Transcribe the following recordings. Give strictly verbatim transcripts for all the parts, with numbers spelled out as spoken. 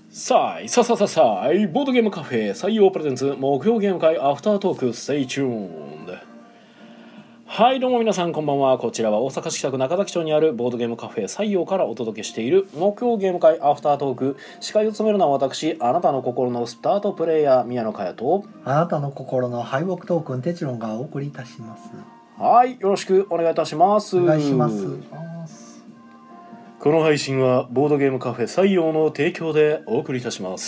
さあいさあさあさあさあいボードゲームカフェ採用プレゼンツ木曜ゲーム会アフタートーク Stay tuned。 はいどうも皆さんこんばんは。こちらは大阪市北区中崎町にあるボードゲームカフェ採用からお届けしている木曜ゲーム会アフタートーク。司会を務めるのは私、あなたの心のスタートプレイヤー宮野佳代と、 あなたの心の敗北トークンテチロンがお送りいたします。 はいよろしくお願いいたします。 お願いします。 この配信はボードゲームカフェ採用の提供でお送りいたします。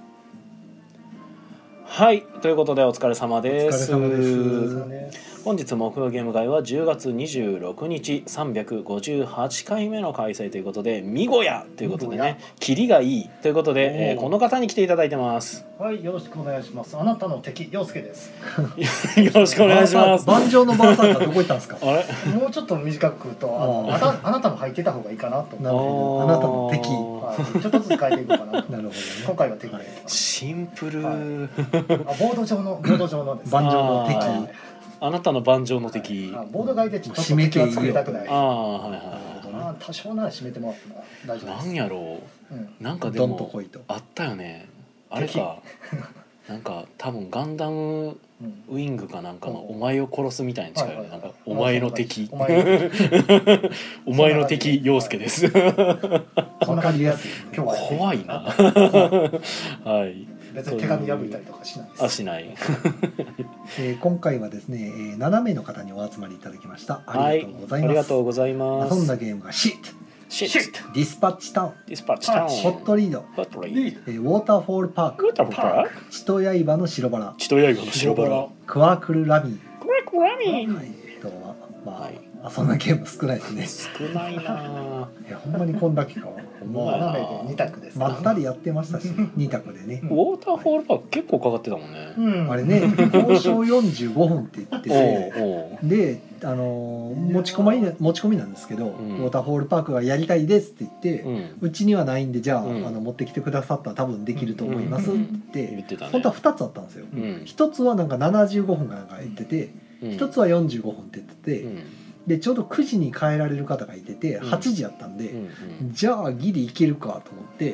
はいということでお疲れ様です。 お疲れ様です。 本日木曜ゲーム会はじゅうがつにじゅうろくにちさんびゃくごじゅうはちかいめの開催ということで、みごやということでね、キリがいいということで、えー、この方に来ていただいてます。 はい、よろしくお願いします。あなたの敵、陽介です。 よろしくお願いします。 盤上のバーサーカーどこ行ったんですか？ あれもうちょっと短く言うと、あのあなあなたも入ってた方がいいかなと思って。 なるほど。あなたの敵。 はい、ちょっとずつ変えていこうかな。なるほどね。今回は敵で。 シンプル、はい、 あボード上のボード上のです、ね、 盤上の敵。 あなたの盤上の敵、 はい、ボード外でちょっと敵は作りたくない。 ああはいはいはいあ多少なら締めてもらっても大丈夫です。 なんやろう、うん、なんかでどんとも来いとあったよねあれかなんか多分ガンダムウィングかなんかのお前を殺すみたいに近いよね。なんかお前の敵お前の敵陽介です。 そんな感じです。 今日は怖いな。はい。 別に手紙破いたりとかしないです。 あしない。 えー、今回はですね、えー、ななめいの方にお集まりいただきました。ありがとうございます。はい、 ありがとうございます。 遊んだゲームがシット、 シット、 ディスパッチタウン、 ディスパッチタウン、 ホットリード、 ホットリード、 えー、ウォーターフォールパーク、 ウォーターフォールパーク、 血と刃の白バラ、 血と刃の白バラ、 クワークルラミー、 クワークルラミー、 はい、とはまあ、はい、遊んだゲーム少ないですね。 少ないな。いやほんまにこんだけか。 まあでに択です。 まったりやってましたし、に択でね。 ウォーターフォールパーク結構かかってたもんね。 うん、 あれね、交渉よんじゅうごふんって言ってて、で、あの持ち込み持ち込みなんですけど、うん、ウォーターフォールパークがやりたいですって言って、うん、うちにはないんでじゃあ、うん、あの持ってきてくださったら多分できると思いますって言って、うんうんってね、本当はふたつあったんですよ。ひと、うん、つはなんかななじゅうごふんかなんか言ってて、ひと、うん、つはよんじゅうごふんって言ってて。うんでちょうどくじに帰られる方がいててはちじやったんで、うんうん、じゃあギリ行けるかと思って、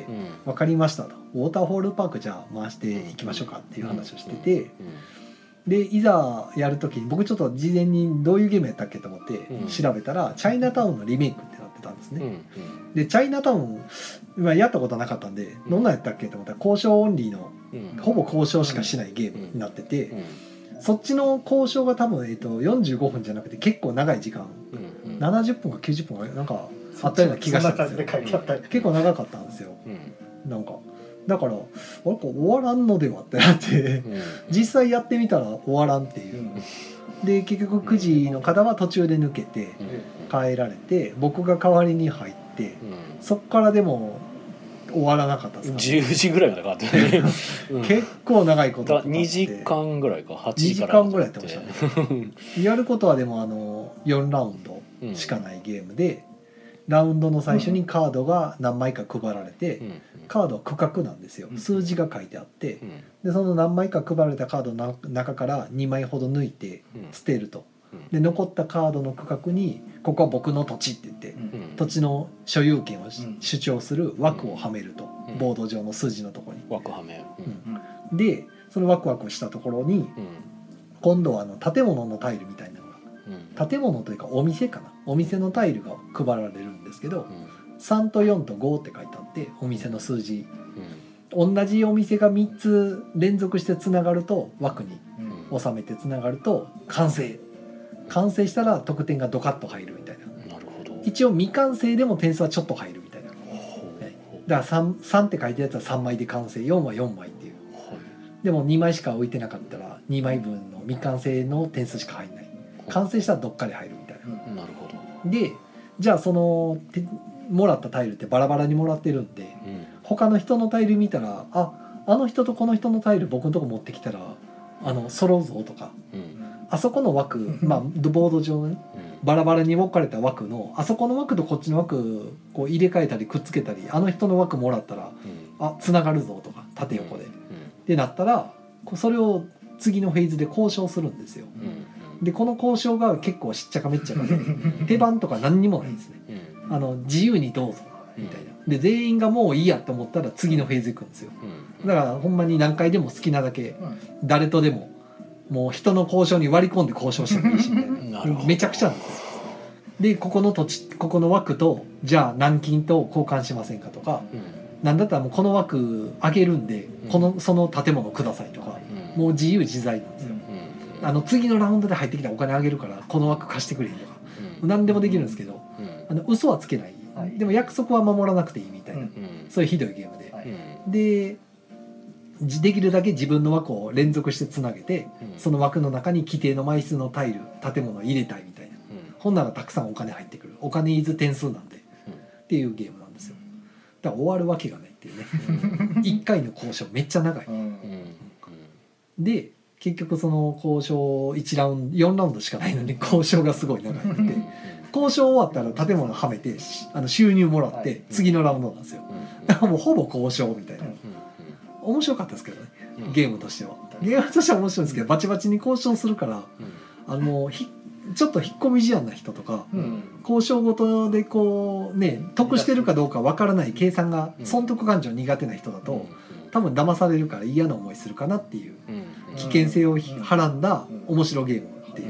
うん、分かりましたとウォーターフォールパークじゃあ回していきましょうかっていう話をしてて、うんうんうん、でいざやる時に僕ちょっと事前にどういうゲームやったっけと思って調べたら、うん、チャイナタウンのリメイクってなってたんですね、うんうん、でチャイナタウン今やったことなかったんで、うん、どんなんやったっけと思ったら交渉オンリーの、うん、ほぼ交渉しかしないゲームになってて、うんうんそっちの交渉が多分、えー、とよんじゅうごふんじゃなくて結構長い時間、うんうん、ななじゅっぷんかきゅうじゅっぷんかなんかあったような気がしたんですよ。結構長かったんですよ、うん、なんかだからあれこ終わらんのではってなって、うん、実際やってみたら終わらんっていう、うん、で結局くじの方は途中で抜けて帰られて僕が代わりに入って、うん、そっからでも終わらなかったですか、ね、 じゅうじぐらいまでかかってね、 うん、結構長いことかかってにじかんぐらいかはちじからにじかんぐらいやってましたねやることはでもあのよんラウンドしかないゲームで、うん、ラウンドの最初にカードが何枚か配られて、うん、カードは区画なんですよ、数字が書いてあって、うん、でその何枚か配られたカードの中からにまいほど抜いて捨てると、で残ったカードの区画にここは僕の土地って言って、うん、土地の所有権を、うん、主張する枠をはめると、うん、ボード上の数字のところに枠はめ、 うん、でそのワクワクしたところに、うん、今度はあの建物のタイルみたいなのが、うん、建物というかお店かなお店のタイルが配られるんですけど、うん、さんとよんとごって書いてあってお店の数字、うん、同じお店がみっつ連続してつながると枠に収めてつながると完成完成したら得点がドカッと入るみたいな。なるほど。一応未完成でも点数はちょっと入るみたいな、はい、だから 3, 3って書いてるやつはさんまいで完成よんはよんまいっていう、はい、でもにまいしか置いてなかったらにまいぶんの未完成の点数しか入んない、完成したらどっかで入るみたいな、 うん、なるほど。 でじゃあそのもらったタイルってバラバラにもらってるんで、うん、他の人のタイル見たらああの人とこの人のタイル僕のとこ持ってきたらあの揃うぞとか、うんあそこの枠、まあ、ボード上の、ね、バラバラに分かれた枠のあそこの枠とこっちの枠こう入れ替えたりくっつけたりあの人の枠もらったら、うん、あつながるぞとか縦横で、うんうん、でなったらそれを次のフェーズで交渉するんですよ、うん、でこの交渉が結構しっちゃかめっちゃかで手番とか何にもないんですね、うん、あの自由にどうぞみたいなで全員がもういいやと思ったら次のフェーズ行くんですよ。だからほんまに何回でも好きなだけ誰とでももう人の交渉に割り込んで交渉してもいいしみたいなめちゃくちゃなんですよ。でここの土地ここの枠とじゃあ南京と交換しませんかとか、なんだったらもうこの枠あげるんでこのその建物くださいとか、もう自由自在なんですよ。あの次のラウンドで入ってきたらお金あげるからこの枠貸してくれとか何でもできるんですけど、あの嘘はつけない、でも約束は守らなくていいみたいな、そういうひどいゲームで、でできるだけ自分の枠を連続してつなげて、その枠の中に規定の枚数のタイル建物を入れたいみたいな、ほんならたくさんお金入ってくる、お金イズ点数なんで、っていうゲームなんですよ。だから終わるわけがないっていうねいっかいの交渉めっちゃ長い、で結局その交渉いちラウンドよんラウンドしかないのに交渉がすごい長いので交渉終わったら建物はめてあの収入もらって次のラウンドなんですよ。だからもうほぼ交渉みたいな。面白かったですけどね、ゲームとしてはゲームとしては面白いんですけど、バチバチに交渉するから、あのひちょっと引っ込み思案な人とか、交渉ごとでこうね得してるかどうかわからない計算が損得感情苦手な人だと多分騙されるから嫌な思いするかなっていう危険性をはらんだ面白ゲームっていう、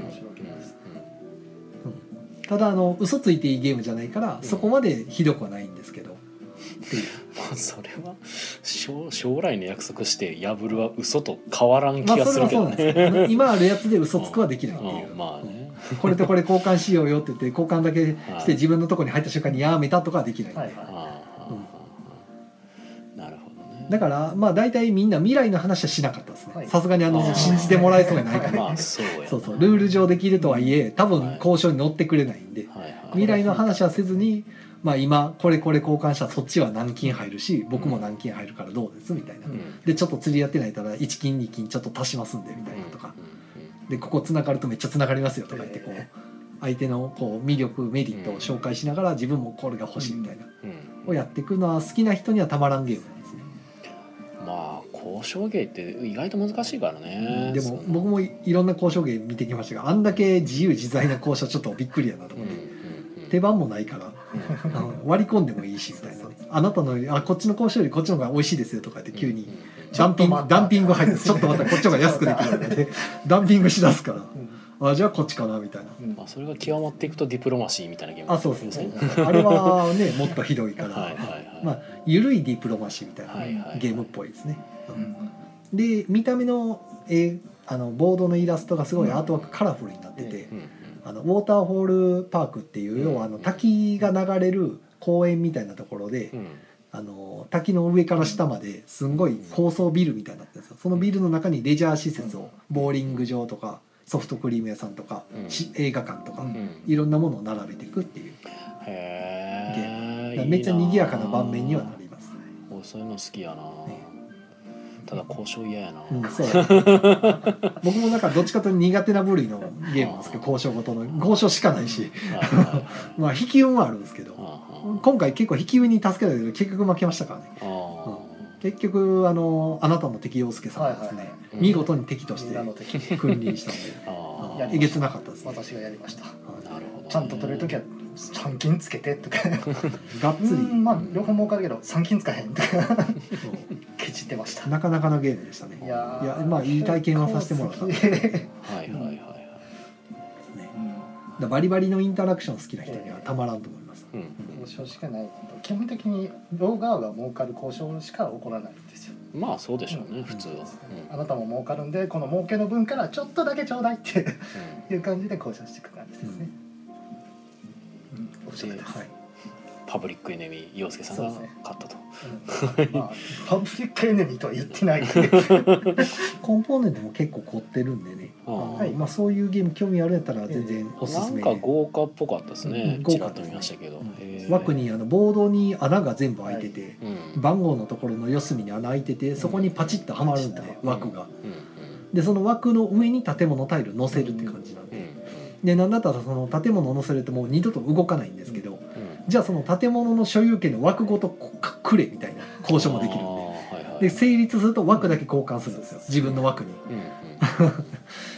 うん、ただあの嘘ついていいゲームじゃないからそこまでひどくはないんですけどっていうまあそれは 将, 将来の約束して破るは嘘と変わらん気がするけどね、まあ、それはそうなんですけど今あるやつで嘘つくはできないっていう、 まあね、 これとこれ交換しようよって言って交換だけして自分のところに入った瞬間にやめたとかはできないんで、はいはいうん、なるほどね。だからまあ大体みんな未来の話はしなかったですね。さすがにあの信じてもらえそうにないから、まあそうやな、そうそうルール上できるとはいえ多分交渉に乗ってくれないんで、はいはいはい、未来の話はせずに、まあ、今これこれ交換したらそっちは何金入るし僕も何金入るからどうですみたいな、うん、でちょっと釣りやってないからいち金に金ちょっと足しますんでみたいなとか、でここつながるとめっちゃつながりますよとか言ってこう相手のこう魅力メリットを紹介しながら自分もこれが欲しいみたいなをやっていくのは好きな人にはたまらんゲームなんですね。 まあ交渉芸って意外と難しいからね。 でも僕もいろんな交渉芸見てきましたがあんだけ自由自在な交渉ちょっとびっくりやなと思って、うんうん、手番もないからあの割り込んでもいいしみたいな、ね、あなたのあこっちの交渉よりこっちの方が美味しいですよとかって急にダンピングダンピング入ってちょっと待ってこっちの方が安くできるのでダンピングしだすから、あじゃあこっちかなみたいな、 うんまあ、それが極まっていくとディプロマシーみたいなゲームあそうですねあれはねもっとひどいからはいはい、はい、まあ緩いディプロマシーみたいな、はいはいはい、ゲームっぽいですね、うん、で見た目の、えー、あのボードのイラストがすごいアートワークカラフルになってて、うんあのウォーターホールパークっていう、要はあの滝が流れる公園みたいなところで、うん、あの滝の上から下まですんごい高層ビルみたいになってるんですよ。そのビルの中にレジャー施設をボーリング場とかソフトクリーム屋さんとか、うん、映画館とか、うん、いろんなものを並べていくっていうへゲーム。めっちゃ賑やかな盤面にはなります。 おそういうの好きやな、ね、ただ交渉嫌やな、 うん、そう僕もなんかどっちかというと苦手な部類のゲームなんですけど交渉ごとの交渉しかないしまあ引き運はあるんですけど今回結構引き運に助けられるけど結局負けましたからね、うん、結局あのあなたの敵陽介さんがですね、はいはいはい、見事に敵として君臨したんでえげつなかったです、ね、 私がやりました、 なるほど、ね、 ちゃんと取れるときはさん金つけてとかがっつりまあ両方儲かるけどさん金つかへんとかケチってました。 なかなかのゲームでしたね。いやいやまあいい体験はさせてもらったはいはいはいはいはい、ね、だバリバリのインタラクション好きな人にはたまらんと思います、うんうん、 交渉しかない基本的に両側が儲かる交渉しか起こらないんですよ。 まあそうでしょうね、うん、普通は、うん、 あなたも儲かるんでこの儲けの分からちょっとだけちょうだいっていう感じで交渉していく感じですね、うんうん、面白いです、はい、 パブリックエネミー陽介さんが勝ったと、 うんまあ、パブリックエネミーとは言ってないコンポーネントも結構凝ってるんでね、あ、はいまあ、そういうゲーム興味あるやったら全然おすすめ、 なんか豪華っぽかったですね、うん、ちらっと見ましたけど、 うん、枠にあのボードに穴が全部開いてて、はいうん、番号のところの四隅に穴開いててそこにパチッとはまるんで、うん、枠が、うん、でその枠の上に建物タイル乗せるって感じなんで、うん、でなんだったらその建物を乗せるともう二度と動かないんですけど、うんじゃあその建物の所有権の枠ごとくれみたいな交渉もできるんで、はいはい、で成立すると枠だけ交換するんですよ自分の枠に、うんうん、っ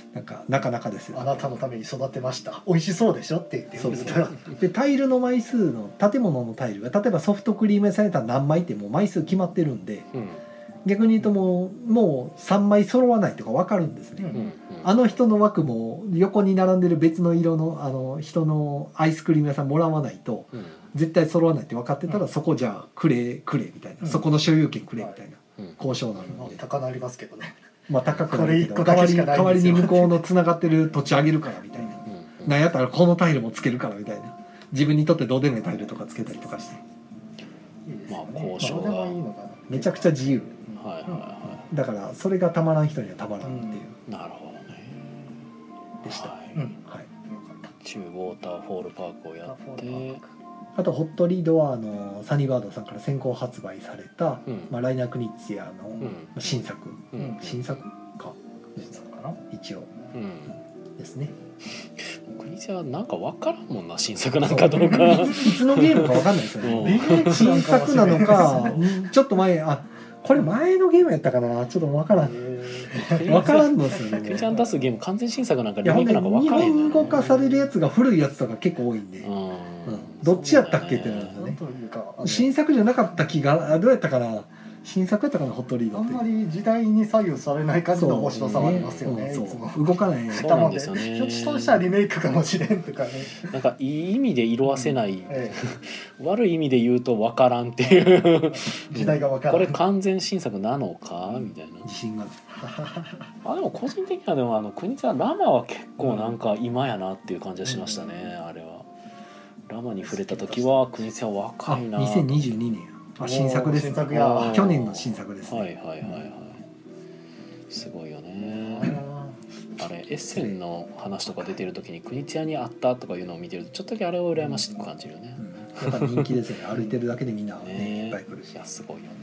なんかなかなかですよ、 あなたのために育てました美味しそうでしょって言ってそうそうでタイルの枚数の建物のタイルが例えばソフトクリーム屋さんやったら何枚ってもう枚数決まってるんで、 うん逆に言うともうもうさんまい揃わないとか分かるんですね、 うんうんあの人の枠も横に並んでる別の色のあの人のアイスクリーム屋さんもらわないとうん絶対揃わないって分かってたら、 うんそこじゃあくれくれみたいな、 うんそこの所有権くれみたいなうん交渉なまあので、 高なりますけどねまあ高くなるけどこれ一個だ代わりにけしかないんですよ代わりに向こうのつながってる土地あげるからみたいな、 うんなんやったらこのタイルもつけるからみたいな、自分にとってどうでもいいタイルとかつけたりとかしていいですよねまあ交渉がどうでもいいのかなめちゃくちゃ自由はいはいはだからそれがたまらん人にはたまらんっていういなるほどねでした、 はいうんはい、 よかった中ウォーターフォールパークをやってあとホットリードはあのサニーバードさんから先行発売された、 うんまあ、ライナー・クニッツィアのうん新作、 うん新作かそうかな一応うんですね国津はなんか分からんもんな新作なんかどうかいつのゲームか分かんないですようんね、 リメイク新作なのかもしれないうんちょっと前あこれ前のゲームやったかなちょっと分からん分からんのですよね国津さん出すゲーム完全新作なんかリいやほんでメイクなんか分日からへんのよ本語化されるやつが古いやつとか結構多いんで、 うんうんどっちやったっけってなるんですよなんねというかあの新作じゃなかった気があどうやったかな新作やったかなホットリードってあんまり時代に左右されない感じの面白さはありますよねうんそういつも動かないそうなんですよねひょっとしたらリメイクかもしれんとかね、 なんかいい意味で色あせない、 え悪い意味で言うと分からんっていうえ、時代がわからこないれ完全新作なのかみたいな自信がないあでも個人的にはでもあの国津はラマは結構なんか今やなっていう感じがしましたね、あれはラマに触れた時は国津はあ若いなにせんにじゅうにねんあ新作です新作やあ去年の新作ですね、 はいはいはいはいすごいよあねーあれエッセンの話とか出てる時に国津屋にあったとかいうのを見てるとちょっとだけあれを羨ましく感じるよねう、んやっぱり人気ですよね歩いてるだけでみんな、ねねいっぱい来るしいやすごいよね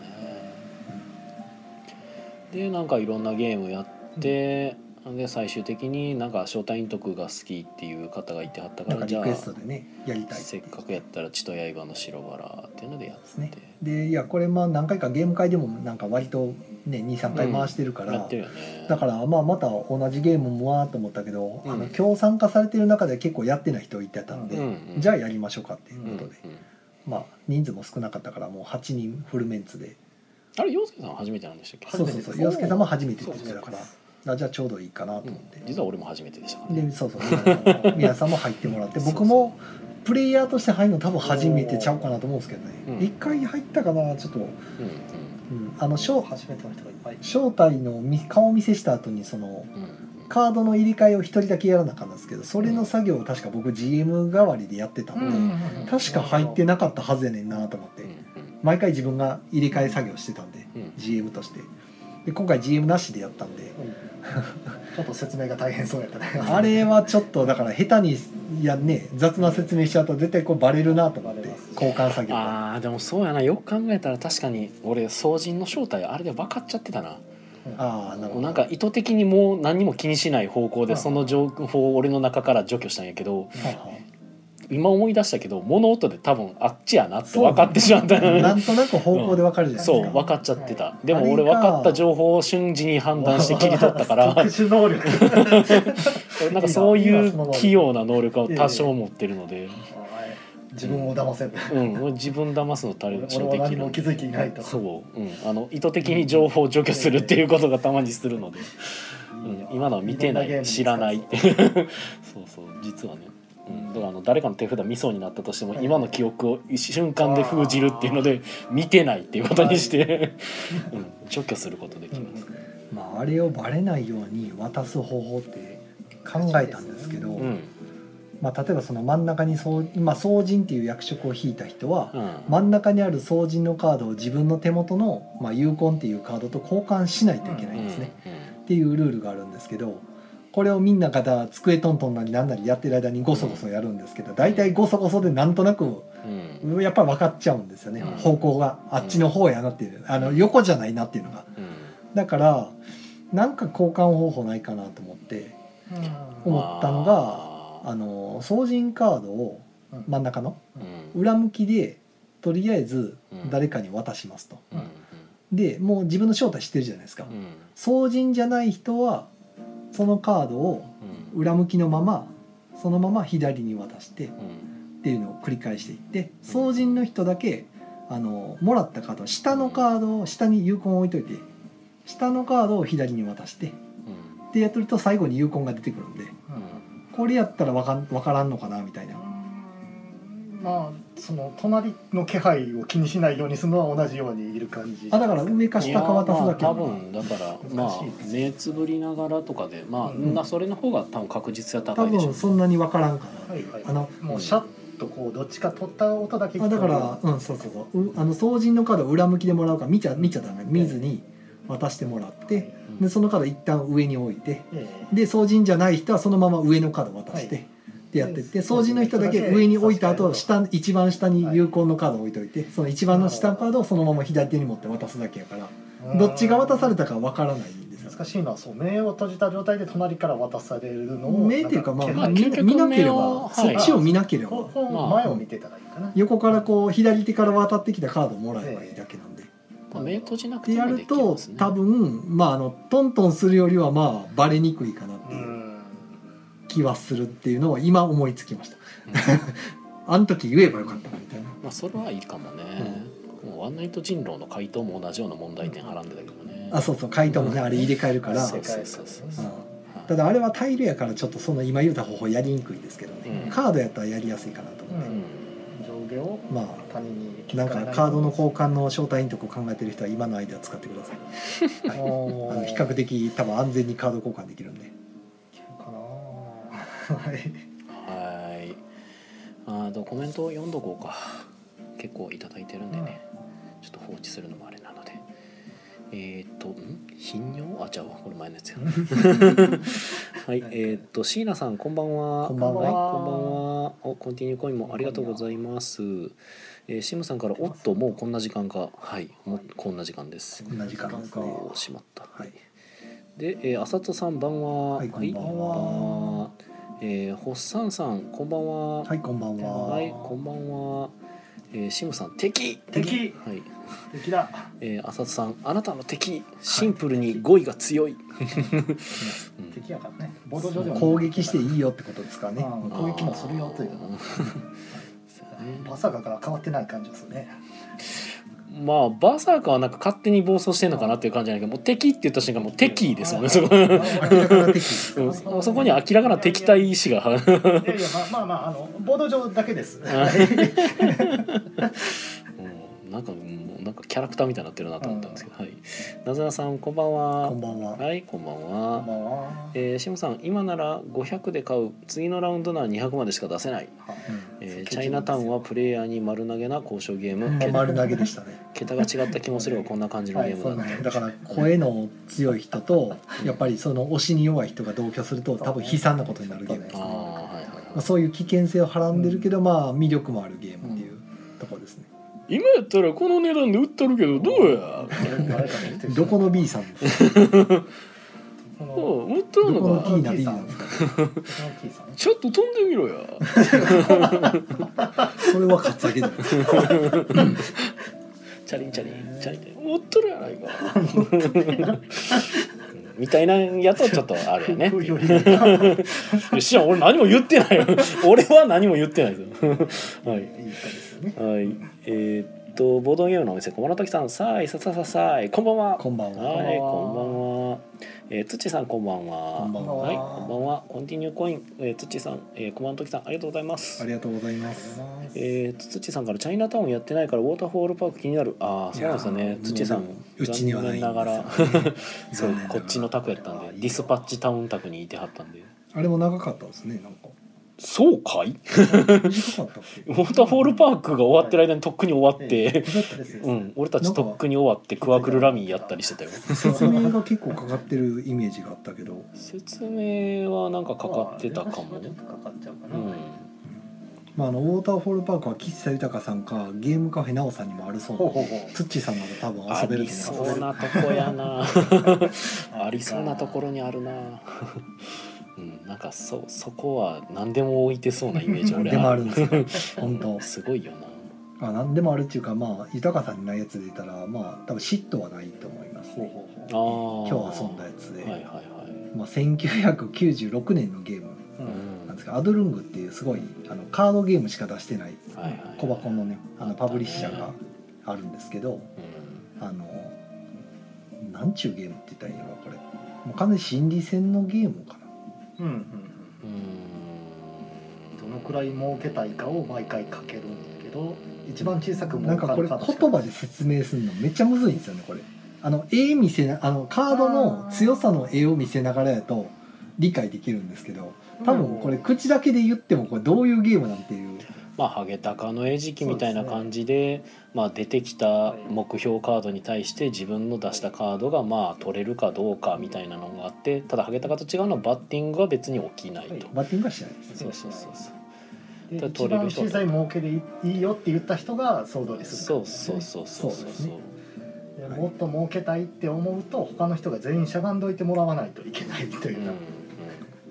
でなんかいろんなゲームやってで最終的になんか招待員徳が好きっていう方がいてはったかなんからじゃあリクエストでねやりたいせっかくやったら血と刃の白バラっていうのでやって、 ねでいやこれまあ何回かゲーム会でもなんか割とねにさんかい回してるから、 やってるよねだからまあまた同じゲームもわーと思ったけど、 うんあの今日参加されてる中で結構やってない人いてたんで、 うんうんじゃあやりましょうかっていううんうんことで、まあ人数も少なかったからもうはちにんフルメンツで、 あれ洋介さん初めてなんでしたっけそうそうそう初めてです洋介さんも初めてって言ってたからそうあじゃあちょうどいいかなとうん思って、 実は俺も初めてでしたからねでそうそう皆さんも皆さんも入ってもらって僕もプレイヤーとして入るの多分初めてちゃうかなと思うんですけどねうん一、回入ったかなちょっと、 うんうん、あの招初めての人がいっぱい招待のみ顔見せした後にそのうんうんカードの入れ替えを一人だけやらなあかんですけどそれの作業を確か僕 ジーエム 代わりでやってたんで、確か入ってなかったはずやねんなと思ってうん毎回自分が入れ替え作業してたんで、 うんジーエム としてで今回 ジーエム なしでやったんでちょっと説明が大変そうやったねあれはちょっとだから下手にやね雑な説明しちゃうと絶対こうバレるなと思ってバレます交換作業があーでもそうやなよく考えたら確かに俺掃除の正体あれで分かっちゃってたなああなるほどなんか意図的にもう何も気にしない方向でその情報を俺の中から除去したんやけどはあは今思い出したけど物音で多分あっちやなって分かってしまったあなんとなく方向でわかるじゃないですか、 そう分かっちゃってた、 はでも俺分かった情報を瞬時に判断して切り取ったから特殊能力なんかそういう器用な能力を多少持ってるので、 自分を騙せるうん、自分騙すのたれ俺は何も気づいていないとそう、うん、あの意図的に情報を除去するっていうことがたまにするので、うん、今のは見てない知らないそうそう実はね、うん、だからあの誰かの手札見そうになったとしても今の記憶を一瞬間で封じるっていうので見てないっていうことにして、うん、除去することできます、 まあ、あれをバレないように渡す方法って考えたんですけど、 うんまあ、例えばその真ん中にそう今総人っていう役職を引いた人は、 うん真ん中にある総人のカードを自分の手元の、まあ、有効っていうカードと交換しないといけないんですね、っていうルールがあるんですけどこれをみんなが机トントンなりなんなりやってる間にゴソゴソやるんですけど大体ゴソゴソでなんとなくうんうんやっぱり分かっちゃうんですよね、 うん方向があっちの方やなっていうあの横じゃないなっていうのがだからなんか交換方法ないかなと思って思ったのがあの総人カードを真ん中のうん裏向きでとりあえず誰かに渡しますと。 うんでもう自分の正体知ってるじゃないですか。 うん総人じゃない人はそのカードを裏向きのままそのまま左に渡してっていうのを繰り返していって、送人の人だけあのもらったカード下のカードを下に有効を置いといて下のカードを左に渡してでやってると最後に有効が出てくるんで、これやったら分かん、分からんのかなみたいな。 まあその隣の気配を気にしないようにするのは同じようにいる感じ。 あだから上か下か渡すだけ。 多分だからまあ目つぶりながらとかでまあ、うん、それの方が多分確実性は高いでしょう。 多分そんなに分からんかな。 はいはい、 あのもうシャッとこうどっちか取った音だけ聞こえる。 あだからうんそうそうそう。あの送人のカードを裏向きでもらうから見ちゃ見ちゃダメ。見ずに渡してもらって、でそのカード一旦上に置いて、で送人じゃない人はそのまま上のカード渡して。はいってやってって掃除の人だけ上に置いた後下一番下に有効のカードを置いといてその一番の下のカードをそのまま左手に持って渡すだけやからどっちが渡されたかわからないんですよ。 難しいのはそう目を閉じた状態で隣から渡されるのを目っていうかまあ見なければそっちを見なければ前を見てたらいいかな。 横からこう左手から渡ってきたカードをもらえばいいだけなんで。 目閉じなくてもできますね。 やると多分まああのトントンするよりはまあバレにくいかなっていう気はするっていうのを今思いつきました。あの時言えばよかったみたいな。 まあそれはいいかもね。うん、もうワンナイト人狼の回答も同じような問題点はらんでたけどね。 あそうそう回答もねあれ入れ替えるから。 そうそうそうそう。 ただあれはタイルやからちょっとその今言った方法やりにくいですけどね。うん、カードやったらやりやすいかなと思って。 うん、上下をまあ他人になんかカードの交換の招待員とこ考えてる人は今のアイデア使ってください。はい、あの比較的多分安全にカード交換できるんで。 はい。 はい。あとコメントを読んどこうか。結構いただいてるんでね。うん、ちょっと放置するのもあれなので。えっ、ー、と、ん？頻尿？あ、じゃあこれ前のやつや。はい。えっ、ー、と椎名さんこんばんは。 こんばんは。 はい、こんばんは。おコンティニューコインもありがとうございます。えー、シムさんからおっともうこんな時間か。はい。もうこんな時間です。 こんな時間ですね。 おしまった。はい。で、えー、あさとさんばんは。 はい、こんばんは。はいえー、ホッサンさんこんばんは。 はいこんばんは。 はいこんばんは。えー、シムさん敵敵はい敵だ。 えー、浅田さんあなたの敵シンプルに語彙が強い、はいうん、敵やからねボード上では攻撃していいよってことですかね。 攻撃もするよというバサガから変わってない感じですね。 まあバーサーカーはなんか勝手に暴走してんのかなっていう感じじゃないけどもう敵って言った瞬間もう敵ですもんね。そこ明らかな敵そ, そこに明らかな敵対意志がいやいやまあまあまああのボード上だけです。 なんかもうなんかキャラクターみたいになってるなと思ったんですけど、はい。なずなさんこんばんは。 こんばんは。 はいこんばんは。こんばんは。えー、シムさん今ならごひゃくで買う次のラウンドならにひゃくまでしか出せない。うんえー、チャイナタウンはプレイヤーに丸投げな交渉ゲーム。 うん、丸投げでしたね。 桁が違った気もするがこんな感じのゲームだ、 はいね、だから声の強い人とやっぱりその推しに弱い人が同居すると多分悲惨なことになるゲームですね。あ、はいはいはいまあ、そういう危険性をはらんでるけど、うん、まあ魅力もあるゲームっていうところですね。 今やったらこの値段で売ってるけどどうやどこの B さん売ってるのかどこの T な B なんですかちょっと飛んでみろやそれはカツアゲだチャリンチャリンチャリンチャリン持ってるやないかみたいなやつはちょっとあるよねよし俺何も言ってない俺は何も言ってないですよはい、はい、えー、っとボードゲームのお店小室時さんさいささささいこんばんは。 こんばんは。 はいこんばんは。えー、つっちさんこんばんは。 こんばんは。 はいこんばんは。コンティニューコイン、えー、つっちさん、えー、小室時さんありがとうございます。 ありがとうございます。 えー、つっちさんからチャイナタウンやってないからウォーターフォールパーク気になる。ああそうなんですよね。つっちさんうちにはないんですよ、ね、 ながらそうこっちの宅やったんでディスパッチタウン宅にいてはったんであれも長かったですねなんか。 そうかい短かったっけウォーターフォールパークが終わってる間にとっくに終わって、うん、俺たちとっくに終わってクワクルラミーやったりしてたよ。 説明が結構かかってるイメージがあったけど説明はなんかかかってたかも。 まあ、あのウォーターフォールパークは岸佐豊さんかゲームカフェなおさんにもあるそうなのでツッチーさんなら多分遊べると思います。 ありそうなとこやなありそうなところにあるなうん、なんか そ, そこは何でも置いてそうなイメージ俺でもあるんですよ本当すごいよな。 あ何でもあるっていうか、まあ豊さんにないやつで言ったらまあ多分嫉妬はないと思いますね。 あー今日遊んだやつで、 はいはいはい、 まあ、せんきゅうひゃくきゅうじゅうろくねんのゲームなんですけど、アドルングっていうすごいあのカードゲームしか出してない小箱のねあのパブリッシャーがあるんですけど、あのなんちゅうゲームって言ったらいいのかこれ、もう完全に心理戦のゲームかな。 うんうんうん。どのくらい儲けたいかを毎回書けるんだけど、一番小さく儲なんかこれ言葉で説明するのめっちゃむずいんですよねこれ。あの絵見せなあのカードの強さの絵を見せながらやと理解できるんですけど、多分これ口だけで言ってもこれどういうゲームなんていう。 まあハゲタカの餌食みたいな感じで、まあ出てきた目標カードに対して自分の出したカードがまあ取れるかどうかみたいなのがあって、ただハゲタカと違うのはバッティングは別に起きないと。 バッティングはしないです。 そうそうそうそう。 で一番小さい儲けでいいよって言った人が総取りする、 そうそうそうそうそうそう。 でもっと儲けたいって思うと他の人が全員しゃがんどいてもらわないといけないというか、うん、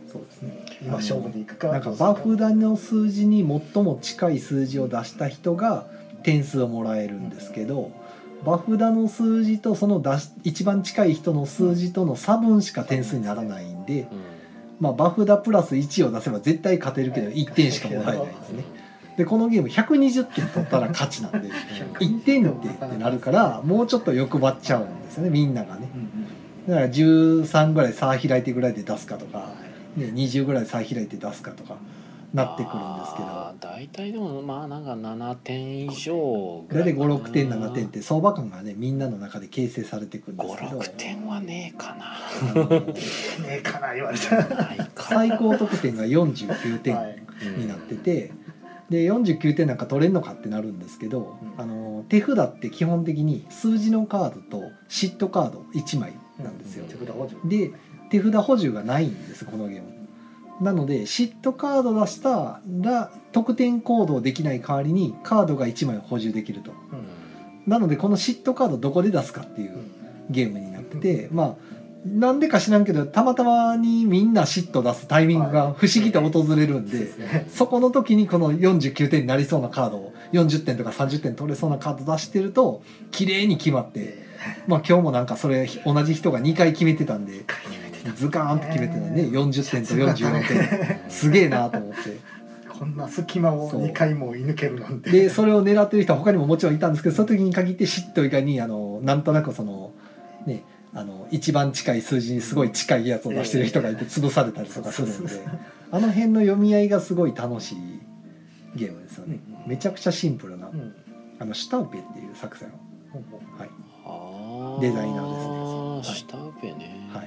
そうですね。今勝負でいくか。 なんかバフ札の数字に最も近い数字を出した人が点数をもらえるんですけど、バフ札の数字とその出し一番近い人の数字との差分しか点数にならないんで、うん、まあバフ札プラスいちを出せば絶対勝てるけどいってんしかもらえないんですね。でこのゲームひゃくにじゅってん取ったら勝ちなんでいってんってってなるからもうちょっと欲張っちゃうんですよねみんながね。だからじゅうさんぐらい差開いてぐらいで出すかとか、ね、にじゅうぐらい差開いて出すかとかなってくるんですけど、 大体でもまあなんかななてん以上大体ごろくてんななてんって相場感がねみんなの中で形成されていくんですけど、 ごろくてんはねえかなねえかな言われた最高得点がよんじゅうきゅうてんになってて、でよんじゅうきゅうてんなんか取れんのかってなるんですけど、うん、あの手札って基本的に数字のカードと嫉妬カードいちまいなんですよ、うん、で手札補充がないんですこのゲーム。なので嫉妬カード出したら得点行動できない代わりにカードがいちまい補充できると、うん、なのでこの嫉妬カードどこで出すかっていうゲームになってて、まあなんでか知らんけどたまたまにみんな嫉妬出すタイミングが不思議と訪れるんで、そこの時にこのよんじゅうきゅうてんになりそうなカードをよんじゅってんとかさんじゅってん取れそうなカード出してると綺麗に決まって、まあ今日もなんかそれ同じ人がにかい決めてたんでズカーンと決めてたね、よんじゅってんとよんじゅうよんてんすげえなと思って、 こんな隙間をにかいも射抜けるなんて。 でそれを狙ってる人は他にももちろんいたんですけど、その時に限って嫉妬以外にあのなんとなくそのねあの一番近い数字にすごい近いやつを出してる人がいて潰されたりとかするんで、あの辺の読み合いがすごい楽しいゲームですよね。めちゃくちゃシンプルな、あのシュタウペっていう作戦を、はい、デザイナーですね。 あ、シュタウペね、 はい、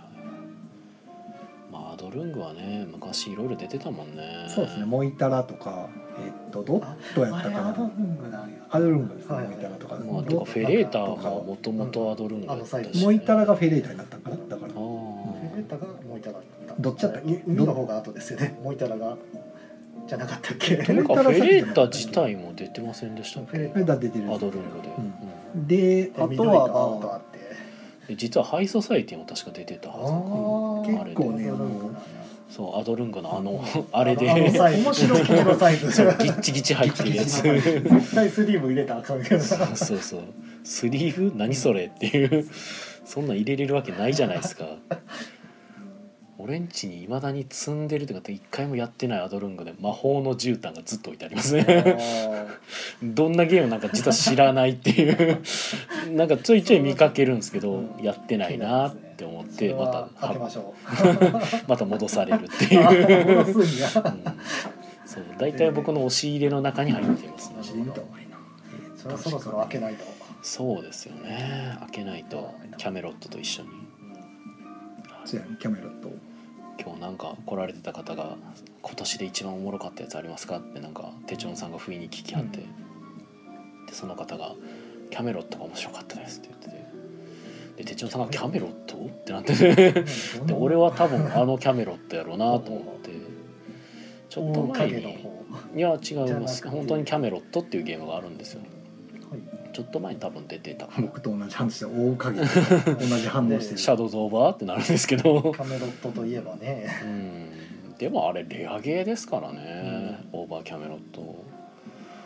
まあアドルングはね昔いろいろ出てたもんね。 そうですね。モイタラとかえっとドットやったかな。アドルングなんや。アドルングですね。モイタラとか。 まあとかフェレーターがもともとアドルングだったし、 モイタラがフェレーターになったんかな。だから。 フェレーターがモイタラだった。 どっちだったっけ？ 海の方が後ですよね。モイタラがじゃなかったっけ？ というかフェレーター自体も出てませんでしたっけ？ フェレーター出てる。 アドルングで。 うん、であとはまあ。 実はハイソサイティも確か出てたはず。結構ね、 そうアドルングのあのあれで面白い系のサイズ、 ギッチギチ入ってるやつ。 絶対スリーブ入れたらあかんけど。 そうそうそう。スリーブ何それっていうそんなん入れれるわけないじゃないですか。俺んちにいまだに積んでるとかって一回もやってないアドルングで魔法の絨毯がずっと置いてありますね。どんなゲームなんか実は知らないっていうなんかちょいちょい見かけるんですけど、やってないなって思ってまた開けましょうまた戻されるっていう、 戻すんや、 うん、そう大体僕の押し入れの中に入っていますね。 それはそろそろ開けないと。 そうですよね、開けないと。キャメロットと一緒に。 そうやね、キャメロット。 今日なんか来られてた方が今年で一番おもろかったやつありますかってなんか手帳さんが不意に聞きはって、うん、でその方がキャメロットが面白かったですって言ってて、で手帳さんがキャメロットってなっててで俺は多分あのキャメロットやろうなと思ってちょっと前にいや違います、本当にキャメロットっていうゲームがあるんですよ。ちょっと前に多分出てた。 僕と同じ話で大影同じ反応してる。 シャドウズオーバーってなるんですけど。 キャメロットといえばね。 うん。でもあれレアゲーですからね。うん、オーバーキャメロット。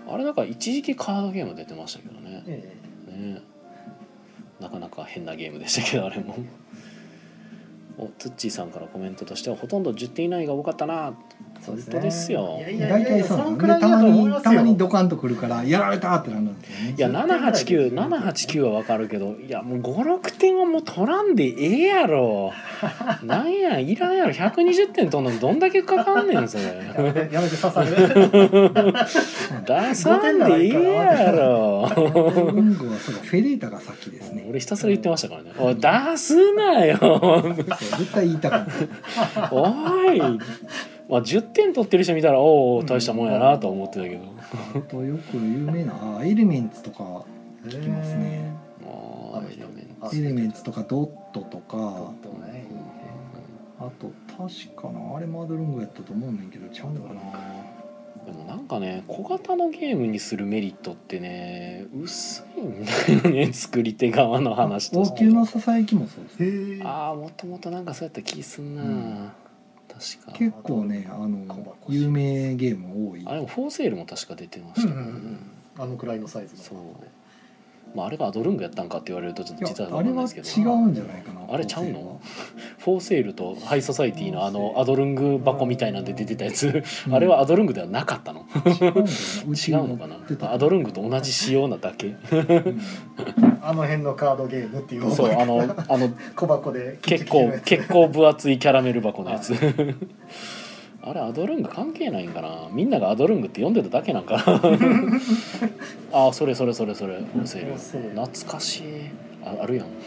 あれなんか一時期カードゲーム出てましたけどね、 えねなかなか変なゲームでしたけどあれもおツッチーさんからコメントとしてはほとんどじゅってん以内が多かったな。本当ですよ。 いやいや大体そうなんで、たまにたまにドカンとくるからやられたってなるんですよね。 いやななはちきゅう、ななはちきゅうはわかるけど、いやもうご、ろくてんはもう取らんでええやろ。なんやいらんやろ。ひゃくにじゅってん取るのどんだけかかんねんそれ。 やめてやめて刺さる。 出さんでええやろ。 文具はそうだ、フェレータが先ですね。 俺ひたすら言ってましたからね。おい出すなよ。 絶対言いたかった。 おい。まあじゅってん取ってる人見たらおお大したもんやなとは思ってたけど、 あとよく有名なあエレメンツとか聞きますね。 あエレメンツエレメンツとかドットとか、 ね、 あと確かなあれマードルングやったと思うねんけどちゃうのかな。 でもなんかね小型のゲームにするメリットってね薄いんだよね作り手側の話として。 王宮のささやきもそうです。 ああもともとなんかそうやった気すんな、うん、確か結構ねあの有名ゲーム多い。 あれもフォーセールも確か出てましたけどね、うんうんうん、 あのくらいのサイズの。 そう、まあ、あれがアドルングやったんかって言われるとちょっと実は分かんないですけど、 あれは違うんじゃないかな。 あれちゃうのフォーセールとハイソサイティのあのアドルング箱みたいなんで出てたやつ、うん、あれはアドルングではなかったの？違うのかな。アドルングと同じ仕様なだけ、うん、 あの辺のカードゲームっていうそうあのあの小箱で結構結構分厚いキャラメル箱のやつあれアドルング関係ないんかな。みんながアドルングって読んでただけなんかなあそれそれそれそれフォーセール懐かしい あ, あるやん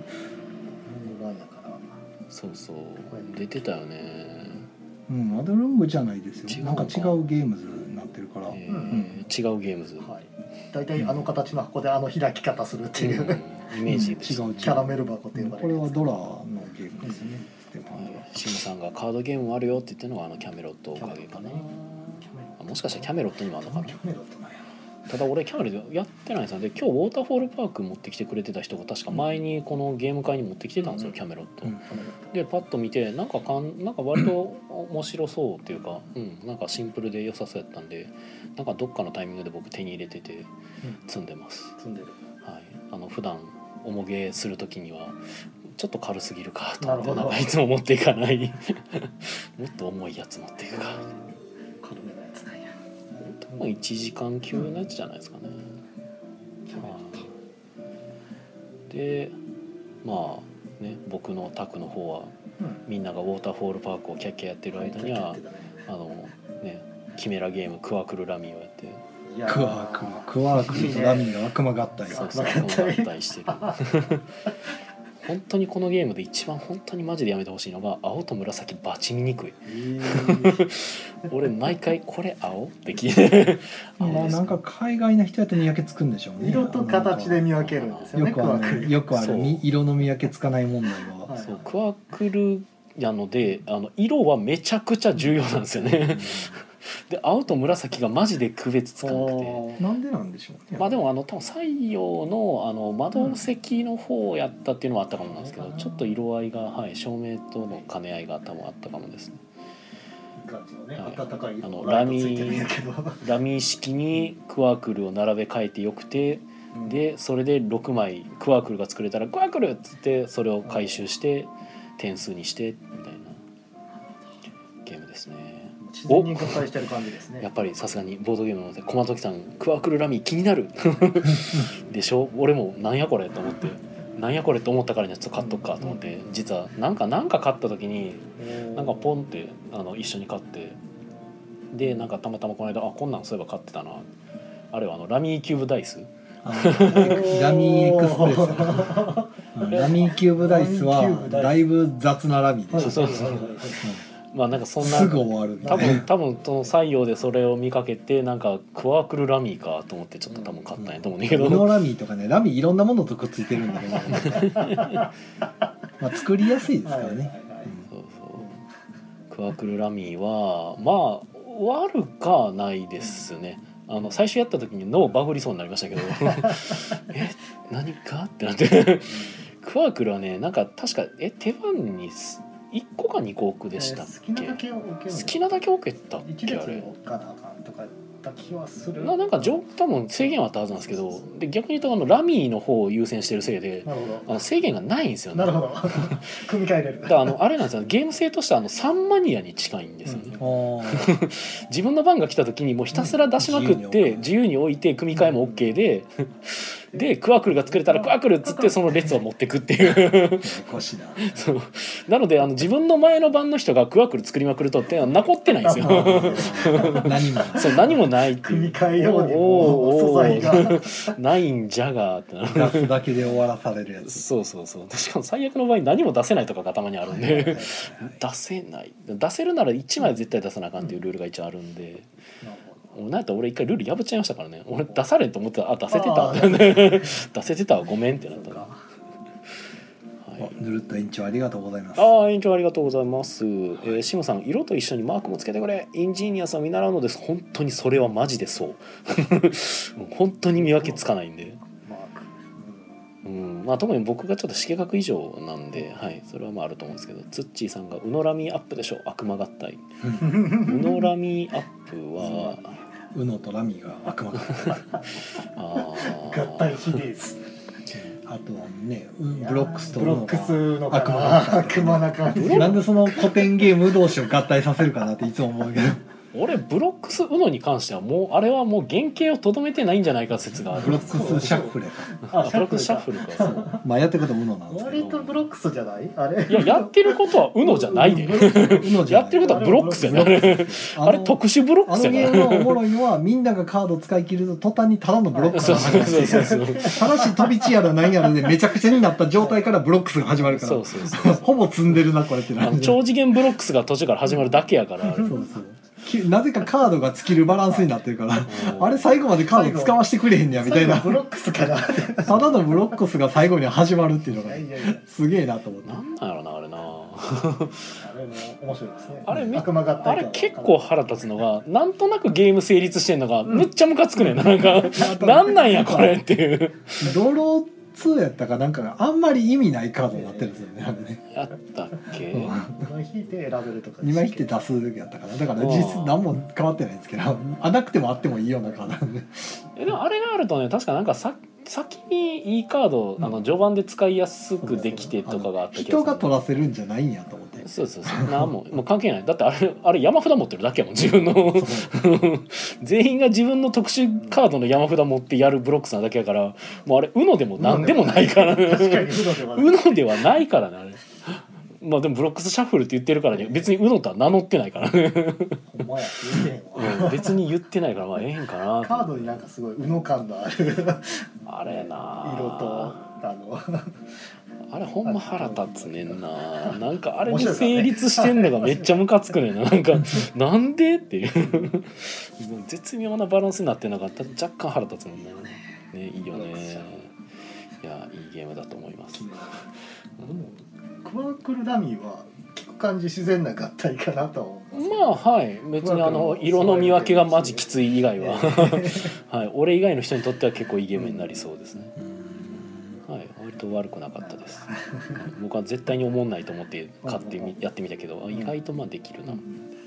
そうそう出てたよね。 うんアドルングじゃないですよ。なんか違うゲームズになってるから、えーうん、 違うゲームズ、 はい、だいたいあの形の箱であの開き方するっていう、うん、 イメージです、 うん、違うキャラメル箱って呼ばれる、 これはドラのゲームですね、 うん、シムさんがカードゲームもあるよって言ってるのがあのキャメロットおかげかな。もしかしたらキャメロットにもあるのかな。ただ俺キャメロットやってないですよ。で今日ウォーターフォールパーク持ってきてくれてた人が確か前にこのゲーム会に持ってきてたんですよ、うん、キャメロット、うん、でパッと見てなんかかんなんか割と面白そうっていうか、うん、なんかシンプルで良さそうやったんでなんかどっかのタイミングで僕手に入れてて積んでます、 うん、積んでる、 はい、あの普段重げする時にはちょっと軽すぎるかと思ってなんかいつも持っていかないもっと重いやつ持っていくか軽めのやつなんや。 多分いちじかん級のやつじゃないですかね、うん、でまあね僕のタクの方は、うん、みんながウォーターフォールパークをキャッキャやってる間には、ね、あのねキメラゲームクワクルラミーをやってクワクルクワクルとラミーが悪魔合体そうそう悪魔合体してる本当にこのゲームで一番本当にマジでやめてほしいのが青と紫バチ見にくい俺毎回これ青って聞いてまあなんか海外の人やと見分けつくんでしょうね。 色と形で見分けるんですよね。 よくあるよくある色の見分けつかない問題はそうクワクルやのであの色はめちゃくちゃ重要なんですよねで青と紫がマジで区別つかなくてなんでなんでしょうね。 まあでもあの多分西洋のあの窓石の方やったっていうのはあったかもなんですけど、うん、ちょっと色合いが、はい、照明との兼ね合いが多分あったかもですね。 ねはい、暖かいあのラミラミ式にクワークルを並べ替えてよくて、うん、でそれでろくまいクワークルが作れたらクワークルっつってそれを回収して点数にしてみたいなゲームですね。 自然に合体してる感じですね。 やっぱりさすがにボードゲームなので駒時さんクワークルラミー気になるでしょ。俺もなんやこれと思ってなんやこれと思ったからにはちょっと買っとくかと思って、うん、実はなんかなんか買った時になんかポンってあの一緒に買ってでなんかたまたまこの間あこんなんそういえば買ってたなあれはあのラミーキューブダイスラミーエクスプレスラミーキューブダイスはだいぶ雑なラミーでした。そうそうそうまあなんかそんなすぐ終わる、ね、 多分多分その採用でそれを見かけてなんかクワークルラミーかと思ってちょっと多分買ったんやと思うんだけど、 うんうん、ラミーとかねラミーいろんなものとくっついてるんだけどまあ作りやすいですからね、はいはいはい、 そうそうクワークルラミーはまあ悪かないですね。あの最初やった時に脳バグりそうになりましたけどえ何かってなってクワークルはねなんか確かえ手番にいっこかにこ置くでしたっけ、 えー、好きなだけ置ける好きなだけ置けたっけあれかなとかた気はする。 ななんか上多分制限はあったはずなんですけど、で逆に言うとあのラミーの方を優先してるせいで、 なるほどあの制限がないんですよね。 なるほど組み替えれる。 だからあのあれなんですよ、ゲーム性としてはあのサンマニアに近いんですよね、 あ自分の番が来た時にもうひたすら出しまくって自由に置いて組み替えも OK ででクワクルが作れたらクワクルっつってその列を持ってくっていうおかしいな。 そうなのであの自分の前の番の人がクワクル作りまくるとって残ってないんですよ何もそう何もないっていう組み替えようにおもー素材がないんじゃがーってなる出すだけで終わらされるやつ。 そうそうそうしかも最悪の場合何も出せないとかがたまにあるんで、 はいはいはいはい出せない出せるならいちまいは絶対出さなあかんっていうルールが一応あるんで、なんやったら俺一回ルール破っちゃいましたからね。俺出されんと思ってた、あ出せてたあ出せてたわごめんってなったの。はぬるっと延長ありがとうございます。 ああ延長ありがとうございます、えー、シムさん色と一緒にマークもつけてくれ、インジニアさん見習うのです。本当にそれはマジでそう本当に見分けつかないんで、 マークうんまあ、特に僕がちょっと色覚以上なんで、はい、それはまああると思うんですけど、ツッチーさんがウノラミアップでしょ、悪魔合体ウノラミアップはウノとラミが悪魔があ合体シリーズ。 あとはねブロックスとウノがブロックスの悪魔かな悪魔な感じ。 なんでその古典ゲーム同士を合体させるかなっていつも思うけど俺ブロックスウノに関してはもうあれはもう原型をとどめてないんじゃないか説がある。 ブロックスシャッフルやかあブロックスシャッフルかそうらまあやってることウノなんですけ割とブロックスじゃないあれ。 いややってることはウノじゃないでどウノじゃないやってることはブロックスやねあれあれ特殊ブロックあスやなのゲームのおもろいのはみんながカードを使い切ると途端にただのブロックスそうが始そうまるそうそうそうただし飛び地やら何やらでめちゃくちゃになった状態からブロックスが始まるからそうそうそうほぼ積んでるなこれってなあの超次元ブロックスが途中から始まるだけやからそうそうきなぜかカードが尽きるバランスになってるからあれ最後までカード使わせてくれへんねやみたいなブロックスかな。 ただのブロックスが最後に始まるっていうのがいやいやいやすげえなと思ってなんなんやろなあれなあれも面白いですね。 あれめ悪魔合体あれ結構腹立つのがなんとなくゲーム成立してんのがめっちゃムカつくねんななんかなんなんやこれっていうドローツーやったかなんかがあんまり意味ないカードになってるんですよねあれねやったっけうんにまい引いて選べるとか。 にまい引いて出すやったかなだから実質何も変わってないんですけどあなくてもあってもいいようなカードなんでえでもあれがあるとね確かなんかさ先にいいカード、あの序盤で使いやすくできてとかがあった気がする、 人が取らせるんじゃないんやと思ってそうそうそうなんももう関係ないだってあれあれ山札持ってるだけやもん自分の全員が自分の特殊カードの山札持ってやるブロックスなだけやからもうあれウノでも何でもないから確かにウノではないウノではないからねあれまあでもブロックスシャッフルって言ってるからね別にウノとは名乗ってないからねほんまや言うてへんわ。 うん別に言ってないからまあええんかなカードになんかすごいウノ感のあるあれな色とあのあれほんま腹立つねんななんかあれで成立してんのがめっちゃムカつくねんななんかなんでっていう絶妙なバランスになってなかった若干腹立つもんねねいいよねいやいいゲームだと思いますクワクルダミーは聞く感じ自然な合体かなとは思います。 まあはい別にあの色の見分けがマジきつい以外ははい俺以外の人にとっては結構いいゲームになりそうですねはい割と悪くなかったです僕は絶対に思んないと思って買ってみやってみたけど意外とまあできるな、はい、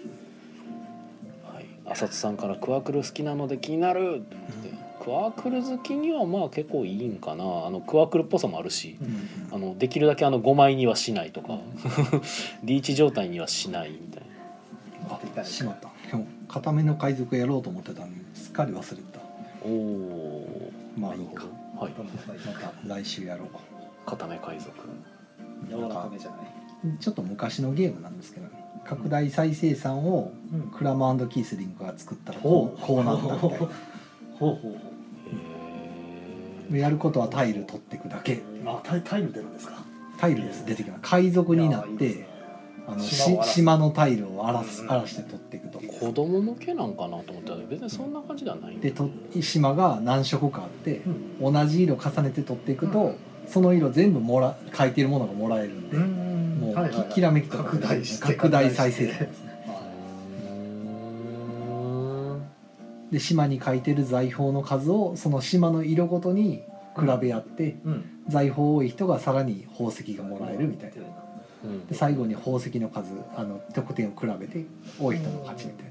浅津さんからクワクル好きなので気になるってクワクル好きにはまあ結構いいんかなあのクワクルっぽさもあるし、あのできるだけあのごまいにはしないとかリーチ状態にはしないみたいなあしまったでも固めの海賊やろうと思ってたのにすっかり忘れてたおおまあいいかはいまた来週やろう固め海賊柔らかめじゃない。 ちょっと昔のゲームなんですけど、ね、拡大再生産をクラム&キースリンクが作ったらこう、こうなったみたいなほうほうほう。 へやることはタイル取っていくだけあタイタイル出るんですか。 タイルです出てきます海賊になってあのし島のタイルを荒らす荒らして取っていくと子供向けなんかなと思ったら別にそんな感じではないんだでと島が何色かあって、同じ色重ねて取っていくと、その色全部もら書いてるものがもらえるんで、もう、はいはいはい、きらめきとか拡大して拡大再生産で島に書いてる財宝の数をその島の色ごとに比べ合って、うん、財宝多い人がさらに宝石がもらえるみたいな、うん、で最後に宝石の数あの得点を比べて多い人の勝ちみたいな、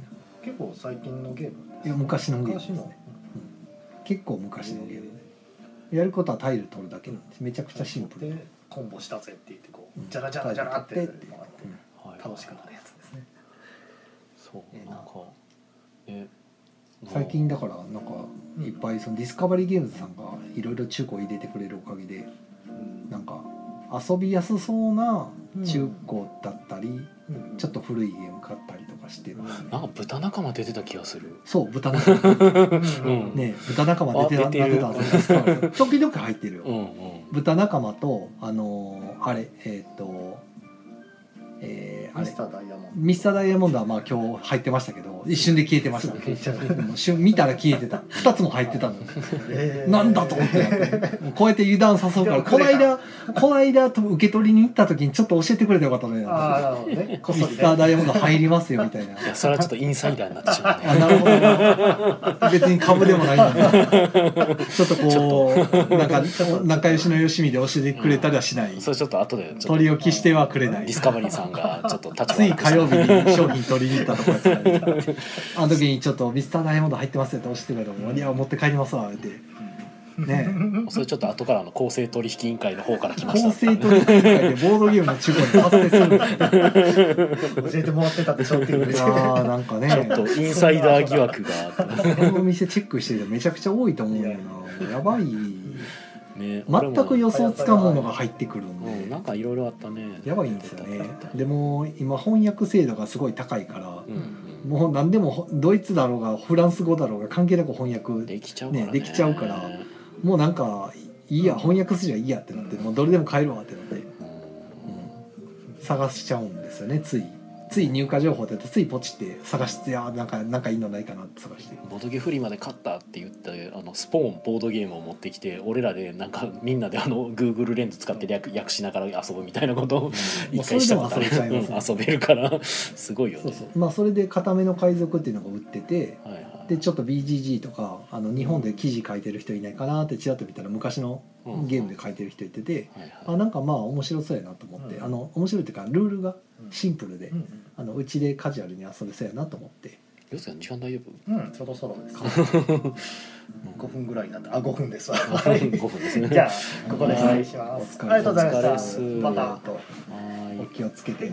結構最近のゲームいや昔のゲームですね、 昔の、 うん、結構昔のゲームでやることはタイル取るだけなんです。めちゃくちゃシンプルでコンボしたぜって言ってこう、 うん、 ジャラジャラジャラってやってもらって、 うん、 楽しくなるやつですね。 そうなんかえ最近だからなんかいっぱいそのディスカバリーゲームズさんがいろいろ中古入れてくれるおかげで、うん、なんか遊びやすそうな中古だったり、うん、ちょっと古いゲーム買ったりとかしてますね。 なんか豚仲間出てた気がする。 そう豚仲間、うん、ね豚仲間出てた出てたんですよ。時々入ってるよ。うん、うん、豚仲間とあのー、あれえっ、ー、と。えー、あれミスターダイヤモンドミスターダイヤモンドはまあ今日入ってましたけど一瞬で消えてましたね見たら消えてたふたつも入ってたの、えー、なんだと思ってこうやって油断誘うからこの間この間と受け取りに行った時にちょっと教えてくれてよかったねあー、ね、ミスターダイヤモンド入りますよみたいな。 いやそれはちょっとインサイダーになってしまうね。 あなるほど別に株でもないのでちょっとこうなんか仲良しのよしみで教えてくれたりはしない、うん、 それちょっと後で取り置きしてはくれない。 ディスカバリーさんがちょっと立つい火曜日に商品取りに行ったところですねあの時にちょっとミスターダイヤモンド入ってますよって教えてくれたもん、いや持って帰りますわってねそれちょっと後からの公正取引委員会の方から来ました、 公正取引委員会でボードゲームの中古に発生するんです教えてもらってたでしょっていう。 あなんかねちょっとインサイダー疑惑がこのお店チェックしてる人めちゃくちゃ多いと思うんだよな。やばいね、全く予想つかんものが入ってくるんで、 うん、なんかいろいろあったね。 やばいんですよね。でも今翻訳精度がすごい高いから、うん、もう何でもドイツだろうがフランス語だろうが関係なく翻訳できちゃうからね、 できちゃうからもうなんかいいや翻訳すりゃいいやってなって、もうどれでも買えるわってなって、うん、探しちゃうんですよね。ついつい入荷情報ってついポチって探して、あなんかなんかいいのないかなって探して、 ボードゲフリまで買ったって言ってあのスポーンボードゲームを持ってきて俺らでなんかみんなであの Google レンズ使って略訳しながら遊ぶみたいなことを一回したことある、うん、遊べるからすごいよね。 そうそう、まあ、それで固めの海賊っていうのが売ってて、はいはい、でちょっと ビージージー とかあの日本で記事書いてる人いないかなってちらっと見たら昔のゲームで書いてる人いてて、うんはいはい、あなんかまあ面白そうやなと思って、うん、あの面白いっていうかルールがシンプルで、うん、あのうちでカジュアルに遊べそうやなと思って。 よすか時間大丈夫？ うん、そろそろですかごふんぐらいになって、あごふんですわごふんですね。 じゃあここで失礼します。ありがとうございました。またお気をつけて。はい、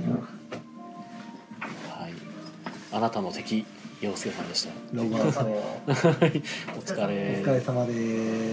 あなたの敵陽介さんでした。 ログアウト。 お疲れ。 お疲れ様です。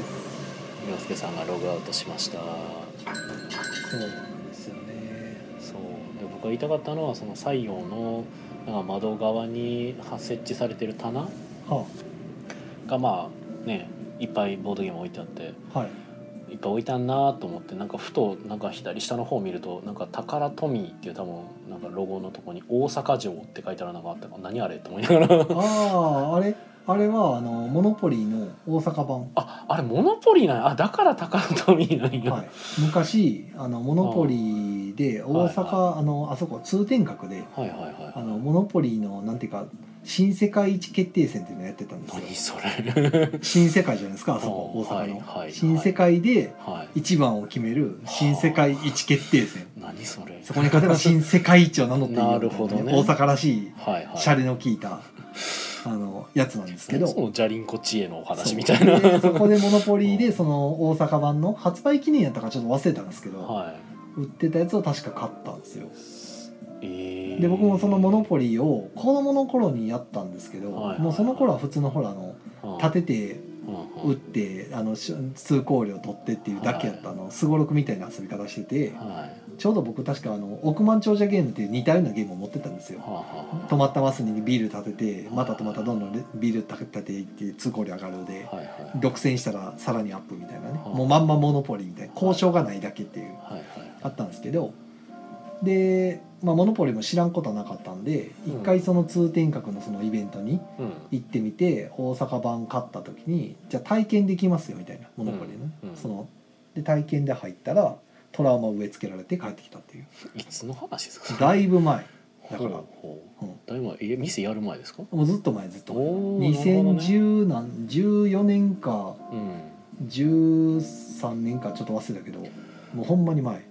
陽介さんがログアウトしました。 そうなんですよね。 そうで僕が言いたかったのはその西洋のなんか窓側に設置されてる棚がまあねいっぱいボードゲーム置いてあって、はい、いっぱい置いてあんなと思ってなんかふとなんか左下の方を見るとなんか宝トミーっていう多分なんかロゴのとこに大阪城って書いてあるのがあったから何あれと思いながらあああれあれはあのモノポリーの大阪版。 ああれモノポリーなんや。あだから宝トミーなんや、 はい、昔あのモノポリーで大阪 あ,、はいはい、あのあそこ通天閣で、はいはいはいはい、あのモノポリーのなんていうか新世界一決定戦っていうのをやってたんですよ。 何それ新世界じゃないですかあそこ大阪の、はいはいはい、新世界で一番を決める新世界一決定戦、 はあ、何それ。 そこに勝てば新世界一を名乗っていいよ、ね、 なるほどね、 大阪らしい、はいはい、シャレの効いたあのやつなんですけど、 そのジャリンコ知恵のお話みたいなそ, そこでモノポリーでその大阪版の発売記念やったかちょっと忘れたんですけど、はい、売ってたやつを確か買ったんですよ。えー、で僕もそのモノポリーを子供の頃にやったんですけど、はいはいはい、もうその頃は普通のほらあの、はあ、立てて打ってあの通行料取ってっていうだけやったのすごろくみたいな遊び方してて、はい、ちょうど僕確かあの億万長者ゲームっていう似たようなゲームを持ってたんですよ、はあはあ、止まったマスにビール立ててまた止まったどんどんビール立てていって通行料上がるで、はいはい、独占したらさらにアップみたいなね、はあ、もうまんまモノポリーみたいな交渉がないだけっていう、はいはい、あったんですけど、で、まあ、モノポリも知らんことはなかったんで一、うん、回その通天閣のそのイベントに行ってみて、うん、大阪版買った時にじゃあ体験できますよみたいなモノポリね、うんうん、そので体験で入ったらトラウマ植え付けられて帰ってきたっていう。 いつの話ですか。 だいぶ前だから、ほうほう、うん、だいぶ前、え店やる前ですか。 もうずっと前ずっと前にせんじゅうなんじゅうよねんか、うん、じゅうさんねんかちょっと忘れたけどもうほんまに前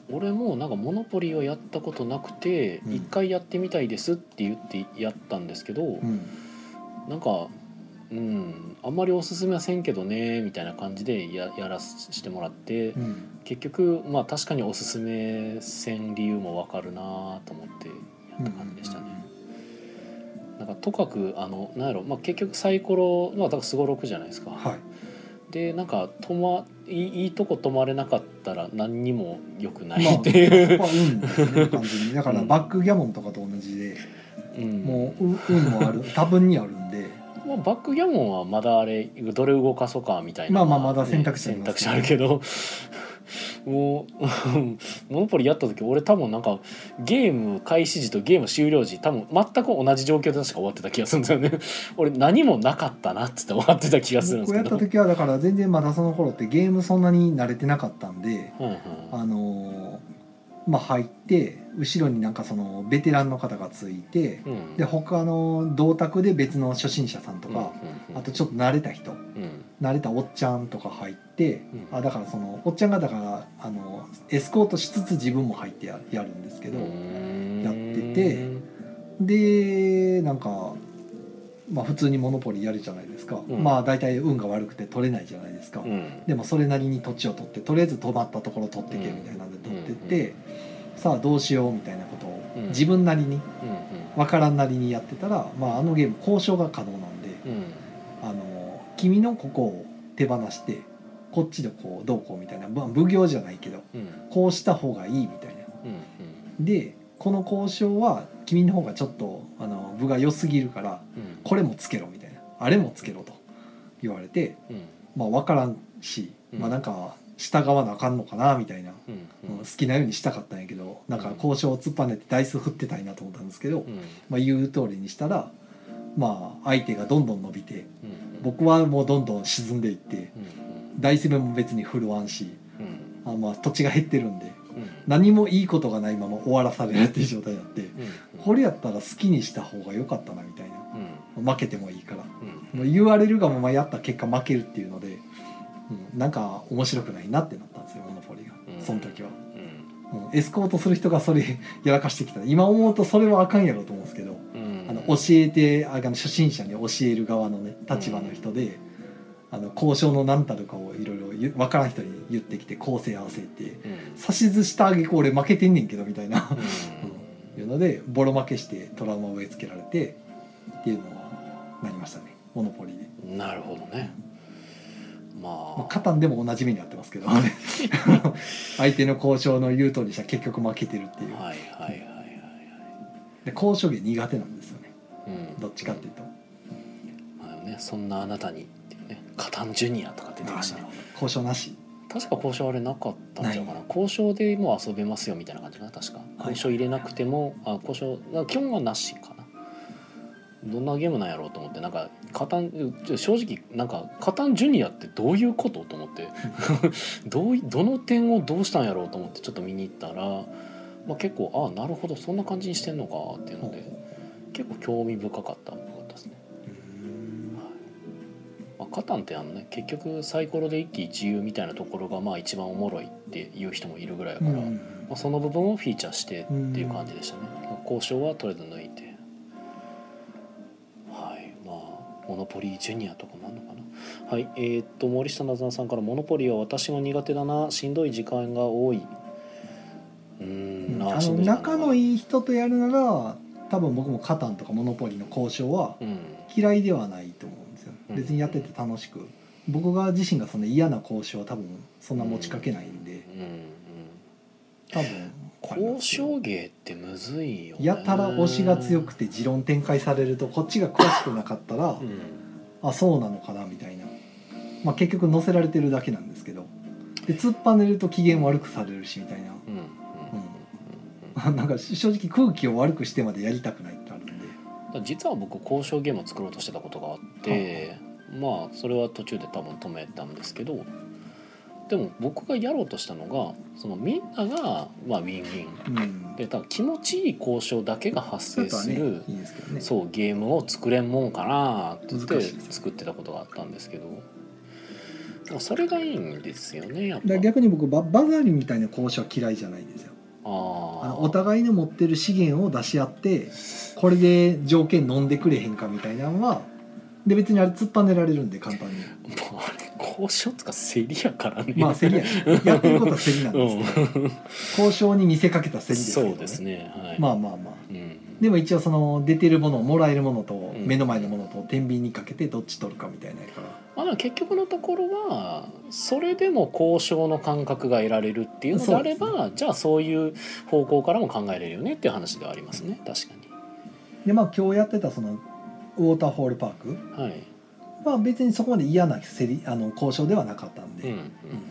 俺もなんかモノポリーをやったことなくて一、うん、回やってみたいですって言ってやったんですけど、うん、なんかうんあんまりおすすめはせんけどねみたいな感じで や, やらせてもらって、うん、結局まあ確かにおすすめせん理由も分かるなと思ってやった感じでしたね。うんうん、なんかとかくあのなんやろ、まあ、結局サイコロまあだからスゴロクじゃないですか。はい、でなんか止まいい、いいとこ止まれなかったら何にも良くないっていう、 まあ、まあ、運ですね完全にだからバックギャモンとかと同じで、うん、もう運もある多分にあるんで、 まあ、バックギャモンはまだあれどれ動かそうかみたいな、 まあまあまだ選択肢ありますね、 選択肢あるけどもうモノポリやった時俺多分なんかゲーム開始時とゲーム終了時多分全く同じ状況で確か終わってた気がするんですよね俺何もなかったなっつって終わってた気がするんですけど、 僕やった時はだから全然まだその頃ってゲームそんなに慣れてなかったんで、うんうん、あのまあ入って後ろになんかそのベテランの方がついて、うん、で他の同卓で別の初心者さんとか、うんうんうん、あとちょっと慣れた人、うん、慣れたおっちゃんとか入って、うん、あだからそのおっちゃんがだからあのエスコートしつつ自分も入ってやるんですけど、やっててでなんか、まあ、普通にモノポリやるじゃないですか、うん、まあ大体運が悪くて取れないじゃないですか、うん、でもそれなりに土地を取ってとりあえず止まったところ取ってけみたいなんで取ってって、うん、さあどうしようみたいなことを自分なりに分からんなりにやってたら、まあ、あのゲーム交渉が可能なんで、あの君のここを手放してこっちでこうどうこうみたいな、まあ、奉行じゃないけど、こうした方がいいみたいな、でこの交渉は君の方がちょっとあの分が良すぎるから、これもつけろみたいな、あれもつけろと言われて、まあ分からんし、まあなんか従わなあかんのかなみたいな、うん、好きなようにしたかったんやけど、なんか交渉を突っぱねてダイス振ってたいなと思ったんですけど、うん、まあ、言う通りにしたら、まあ、相手がどんどん伸びて、うん、僕はもうどんどん沈んでいって、うん、ダイス目も別に振るわんし、うん、あまあ土地が減ってるんで、うん、何もいいことがないまま終わらされるっていう状態になって、うん、これやったら好きにした方が良かったなみたいな、うん、負けてもいいから、うん、言われるがままやった結果負けるっていうので、うん、なんか面白くないなってなったんですよモノポリが、うん、その時は、うんうん、エスコートする人がそれやらかしてきたら今思うとそれはあかんやろと思うんですけど、うん、あの教えてあの初心者に教える側のね立場の人で、うん、あの交渉の何たるかをいろいろ分からん人に言ってきて構成合わせて、うん、指図したあげく俺負けてんねんけどみたいな、うんうん、いうのでボロ負けしてトラウマを植え付けられてっていうのはなりましたねモノポリで。 なるほどね。まあ、 カタンでも同じ目に遭ってますけど相手の交渉の言う通りしたら結局負けてるっていう、はいはいはいはい、で交渉芸苦手なんですよね、うん、どっちかっていうと、 まあね、そんなあなたにっていうね、カタンジュニアとか出てましたね。 交渉なし、 確か交渉あれなかったんじゃないかな。交渉でもう遊べますよみたいな感じかな。確か交渉入れなくても、はい、あ交渉基本はなしかな。どんなゲームなんやろうと思って、なんかカタン正直なんかカタンジュニアってどういうことと思ってどうどの点をどうしたんやろうと思ってちょっと見に行ったら、まあ、結構あなるほどそんな感じにしてんのかっていうので、結構興味深かった深かったですね。まあ、カタンってあのね結局サイコロで一喜一憂みたいなところがまあ一番おもろいっていう人もいるぐらいだから、まあ、その部分をフィーチャーしてっていう感じでしたね。交渉はとりあえず抜いて。モノポリージュニアとかもあるのかな。はい、えー、っと森下なずなさんからモノポリーは私も苦手だな、しんどい時間が多い。うーん、 あの仲のいい人とやるなら多分僕もカタンとかモノポリーの交渉は嫌いではないと思うんですよ、うん、別にやってて楽しく、僕が自身がその嫌な交渉は多分そんな持ちかけないんで、うんうんうん、多分交渉芸ってむずいよね。 やたら推しが強くて持論展開されるとこっちが詳しくなかったら、うん、あそうなのかなみたいな、まあ、結局載せられてるだけなんですけど、で突っぱねると機嫌悪くされるしみたいな、うんうん、なんか正直空気を悪くしてまでやりたくないってあるんで、 実は僕交渉ゲームを作ろうとしてたことがあって、まあそれは途中で多分止めたんですけど、でも僕がやろうとしたのがそのみんながまあウィンウィン、うん、で多分気持ちいい交渉だけが発生する、ねいいですけどね、そうゲームを作れんもんかなって言って作ってたことがあったんですけど、 それがいいんですよねやっぱ。 だ逆に僕ババザリみたいな交渉は嫌いじゃないんですよ。ああのお互いの持ってる資源を出し合ってこれで条件飲んでくれへんかみたいなのはで別にあれ突っぱねられるんで簡単に。 もうあれ交渉とか競りやからね。 まあ競りや、ね、やってることは競りなんですけど、うん、交渉に見せかけた競りですけどね。 そうですね、はい、 まあまあまあ、 うん、 でも一応その出てるものもらえるものと目の前のものと天秤にかけてどっち取るかみたいなやから、 まあ、でも結局のところはそれでも交渉の感覚が得られるっていうのであれば、ね、じゃあそういう方向からも考えれるよねっていう話ではありますね。確かに。でまあ今日やってたそのウォーターホールパーク、はい、まあ別にそこまで嫌な競りあの交渉ではなかったんで、うんうんうんうん、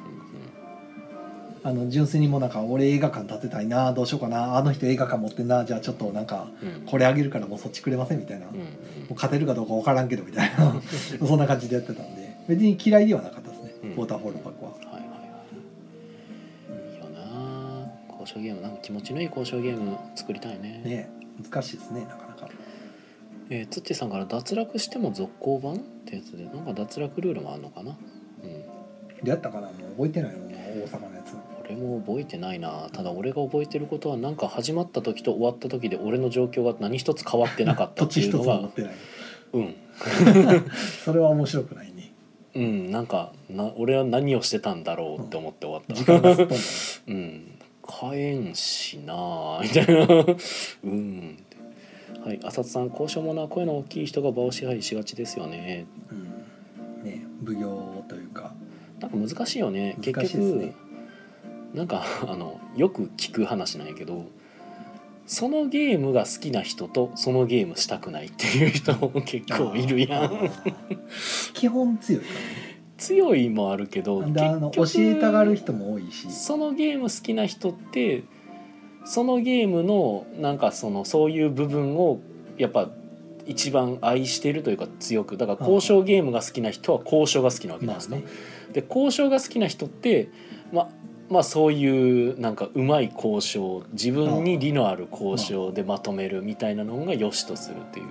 あの純粋にもなんか俺映画館建てたいなどうしようかなあの人映画館持ってんなじゃあちょっとなんかこれあげるからもうそっちくれませんみたいな、うんうん、もう勝てるかどうか分からんけどみたいなそんな感じでやってたんで別に嫌いではなかったですね、うん、ウォーターホールパークは。はいはいはい。いいよな交渉ゲームなんか気持ちのいい交渉ゲーム作りたいね。 ね難しいですねなかなか。 えー、つっちさんから脱落しても続行版ってやつでなんか脱落ルールもあるのかな。うん。 でやったかなもう覚えてないの大阪のやつ。 俺も覚えてないな。ただ俺が覚えてることはなんか始まった時と終わった時で俺の状況が何一つ変わってなかったっていうのが土地一つも持ってない。 うんそれは面白くないね。 うんなんかな俺は何をしてたんだろうって思って終わった、うん、 時間がすっ飛んだうん買えんしなみたいなうんはい、浅田さん、交渉もな声の大きい人が場を支配しがちですよね。 うん、ね、奉行というか。 なんか難しいよね。 難しいですね。 結局なんかあのよく聞く話なんやけど、そのゲームが好きな人とそのゲームしたくないっていう人も結構いるやん。 基本強いからね。 強いもあるけど、 あの教えたがる人も多いし。 そのゲーム好きな人って。そのゲームのなんかそのそういう部分をやっぱ一番愛しているというか強くだから交渉ゲームが好きな人は交渉が好きなわけなんですね。で交渉が好きな人ってままあそういうなんかうまい交渉自分に利のある交渉でまとめるみたいなのが良しとするっていう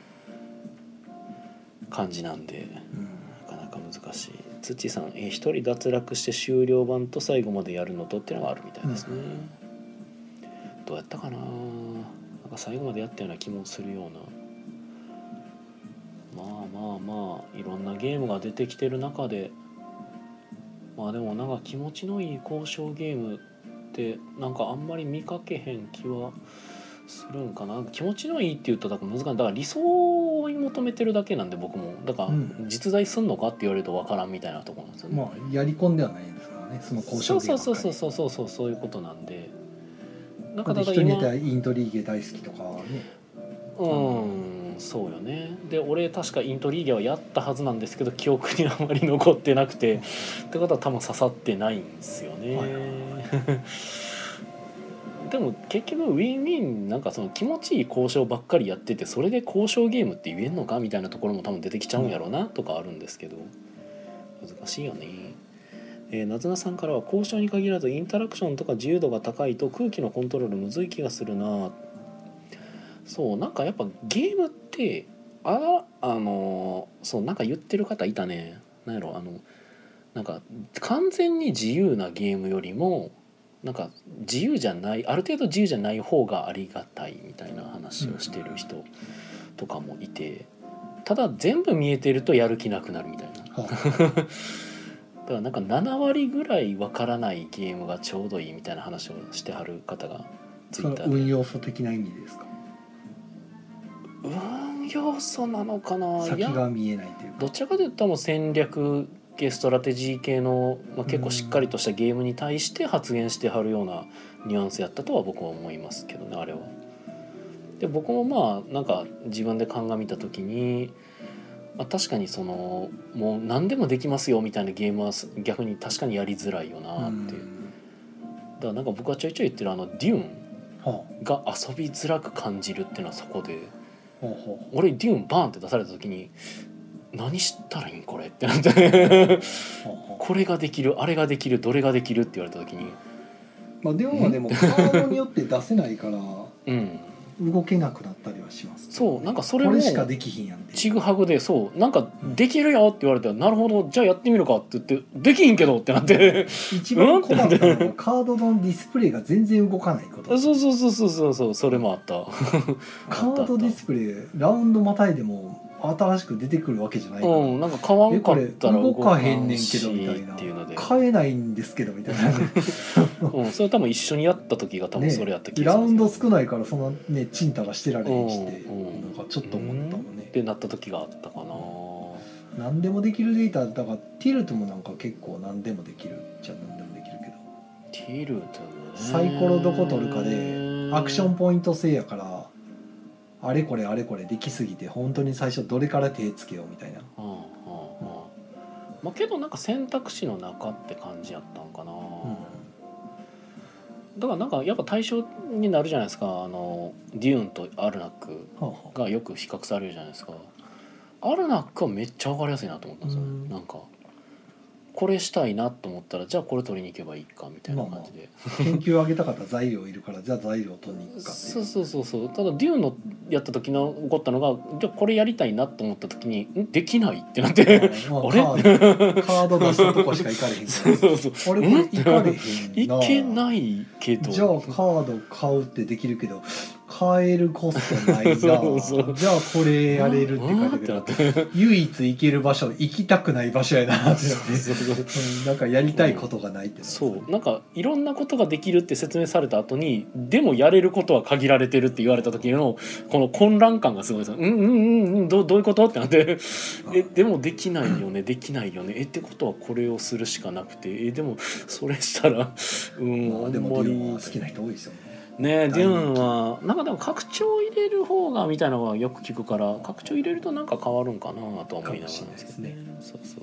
感じなんで、なかなか難しい。土さん、え一人脱落して終了版と最後までやるのとっていうのがあるみたいですね。どうやったかな、なんか最後までやったような気もするような。まあまあまあいろんなゲームが出てきてる中でまあでもなんか気持ちのいい交渉ゲームってなんかあんまり見かけへん気はするんかな。気持ちのいいって言うとだから難しい。だから理想に求めてるだけなんで僕もだから実在すんのかって言われると分からんみたいなところなんですよね。 まあやり込んではないんですからねその交渉ゲームばっかり。 そうそうそうそうそうそうそういうことなんで。 なんか人によってはイントリーゲ大好きとかね。 うんそうよね。で俺確かイントリーゲはやったはずなんですけど記憶にあまり残ってなくて、うん、ってことは多分刺さってないんですよね、はいはい、でも結局ウィンウィンなんかその気持ちいい交渉ばっかりやっててそれで交渉ゲームって言えんのかみたいなところも多分出てきちゃうんやろうなとかあるんですけど難しいよね。えー、なずなさんからは交渉に限らずインタラクションとか自由度が高いと空気のコントロールむずい気がするな。そうなんかやっぱゲームってああのそうなんか言ってる方いたね。なんやろあのなんか完全に自由なゲームよりもなんか自由じゃないある程度自由じゃない方がありがたいみたいな話をしてる人とかもいて、ただ全部見えてるとやる気なくなるみたいな。だからなんかなな割ぐらいわからないゲームがちょうどいいみたいな話をしてはる方がツイッターで。 運要素的な意味ですか。 運要素なのかな。 先が見えないというか。 どちらかというともう戦略系ストラテジー系の、まあ、結構しっかりとしたゲームに対して発言してはるようなニュアンスやったとは僕は思いますけどねあれは。で僕もまあなんか自分で鑑みた時に。まあ、確かにそのもう何でもできますよみたいなゲームは逆に確かにやりづらいよなっていう。だからなんか僕はちょいちょい言ってるあのデューンが遊びづらく感じるっていうのはそこで、はあはあ、俺デューンバーンって出された時に何したらいいんこれってなってこれができるあれができるどれができるって言われた時にまあデューンはでもカードによって出せないから、 うん動けなくなったりはします、ね、 そうなんかそれもこれしかできひんやんってちぐはぐでそうなんかできるよって言われたら、うん、なるほどじゃあやってみるかって言ってできひんけどってなって一番困ったのがカードのディスプレイが全然動かないことそうそうそうそうそうそうそれもあったカードディスプレイラウンドまたいでも新しく出てくるわけじゃないから、 うん、なんか買わんかったら動かへんねんけどみたいなっていうので買えないんですけどみたいな、 うん、それ多分一緒にやった時が多分それやった気がする、 ね、ラウンド少ないからそんなねチンタがしてられへんして、 うんうん、 なんかちょっと思ったもんね、 ってなった時があったかな。 何でもできるデータだからティルトもなんか結構何でもできるじゃ何でもできるけどティルトねサイコロどこ取るかでアクションポイント制やからあれこれあれこれできすぎて本当に最初どれから手つけようみたいな、うんうんうん、 まあけどなんか選択肢の中って感じやったんかな、うん、だからなんかやっぱ対象になるじゃないですか。あのデューンとアルナックがよく比較されるじゃないですか。アルナックはめっちゃ分かりやすいなと思ったんですよ、うん、なんかこれしたいなと思ったらじゃあこれ取りに行けばいいかみたいな感じで、 まあまあ、研究を上げたかったら材料いるからじゃあ材料を取りに行くかっていうそうそうそうそう。ただデューンのやった時の起こったのがじゃあこれやりたいなと思った時にんできないってなってあれカード出したとこしか行かれへんからそうそうそうあれこれ行かれへんな行けないけどじゃあカード買うってできるけど買えるコストないなそうそうじゃあこれやれるって書いてあるけど唯一行ける場所行きたくない場所やなってなってそうそうそうなんかやりたいことがないって、うん、 そうなんかいろんなことができるって説明された後にでもやれることは限られてるって言われた時のこの混乱感がすごいですよ。うんうんうんうんどう、どういうことってなってえでもできないよねできないよねえってことはこれをするしかなくてえでもそれしたらうん、 まあ、でもデューンは好きな人多いですよね。 ね、デューンはなんかでも拡張入れる方がみたいなのがよく聞くから拡張入れるとなんか変わるんかなと思いながらですね。そうそう、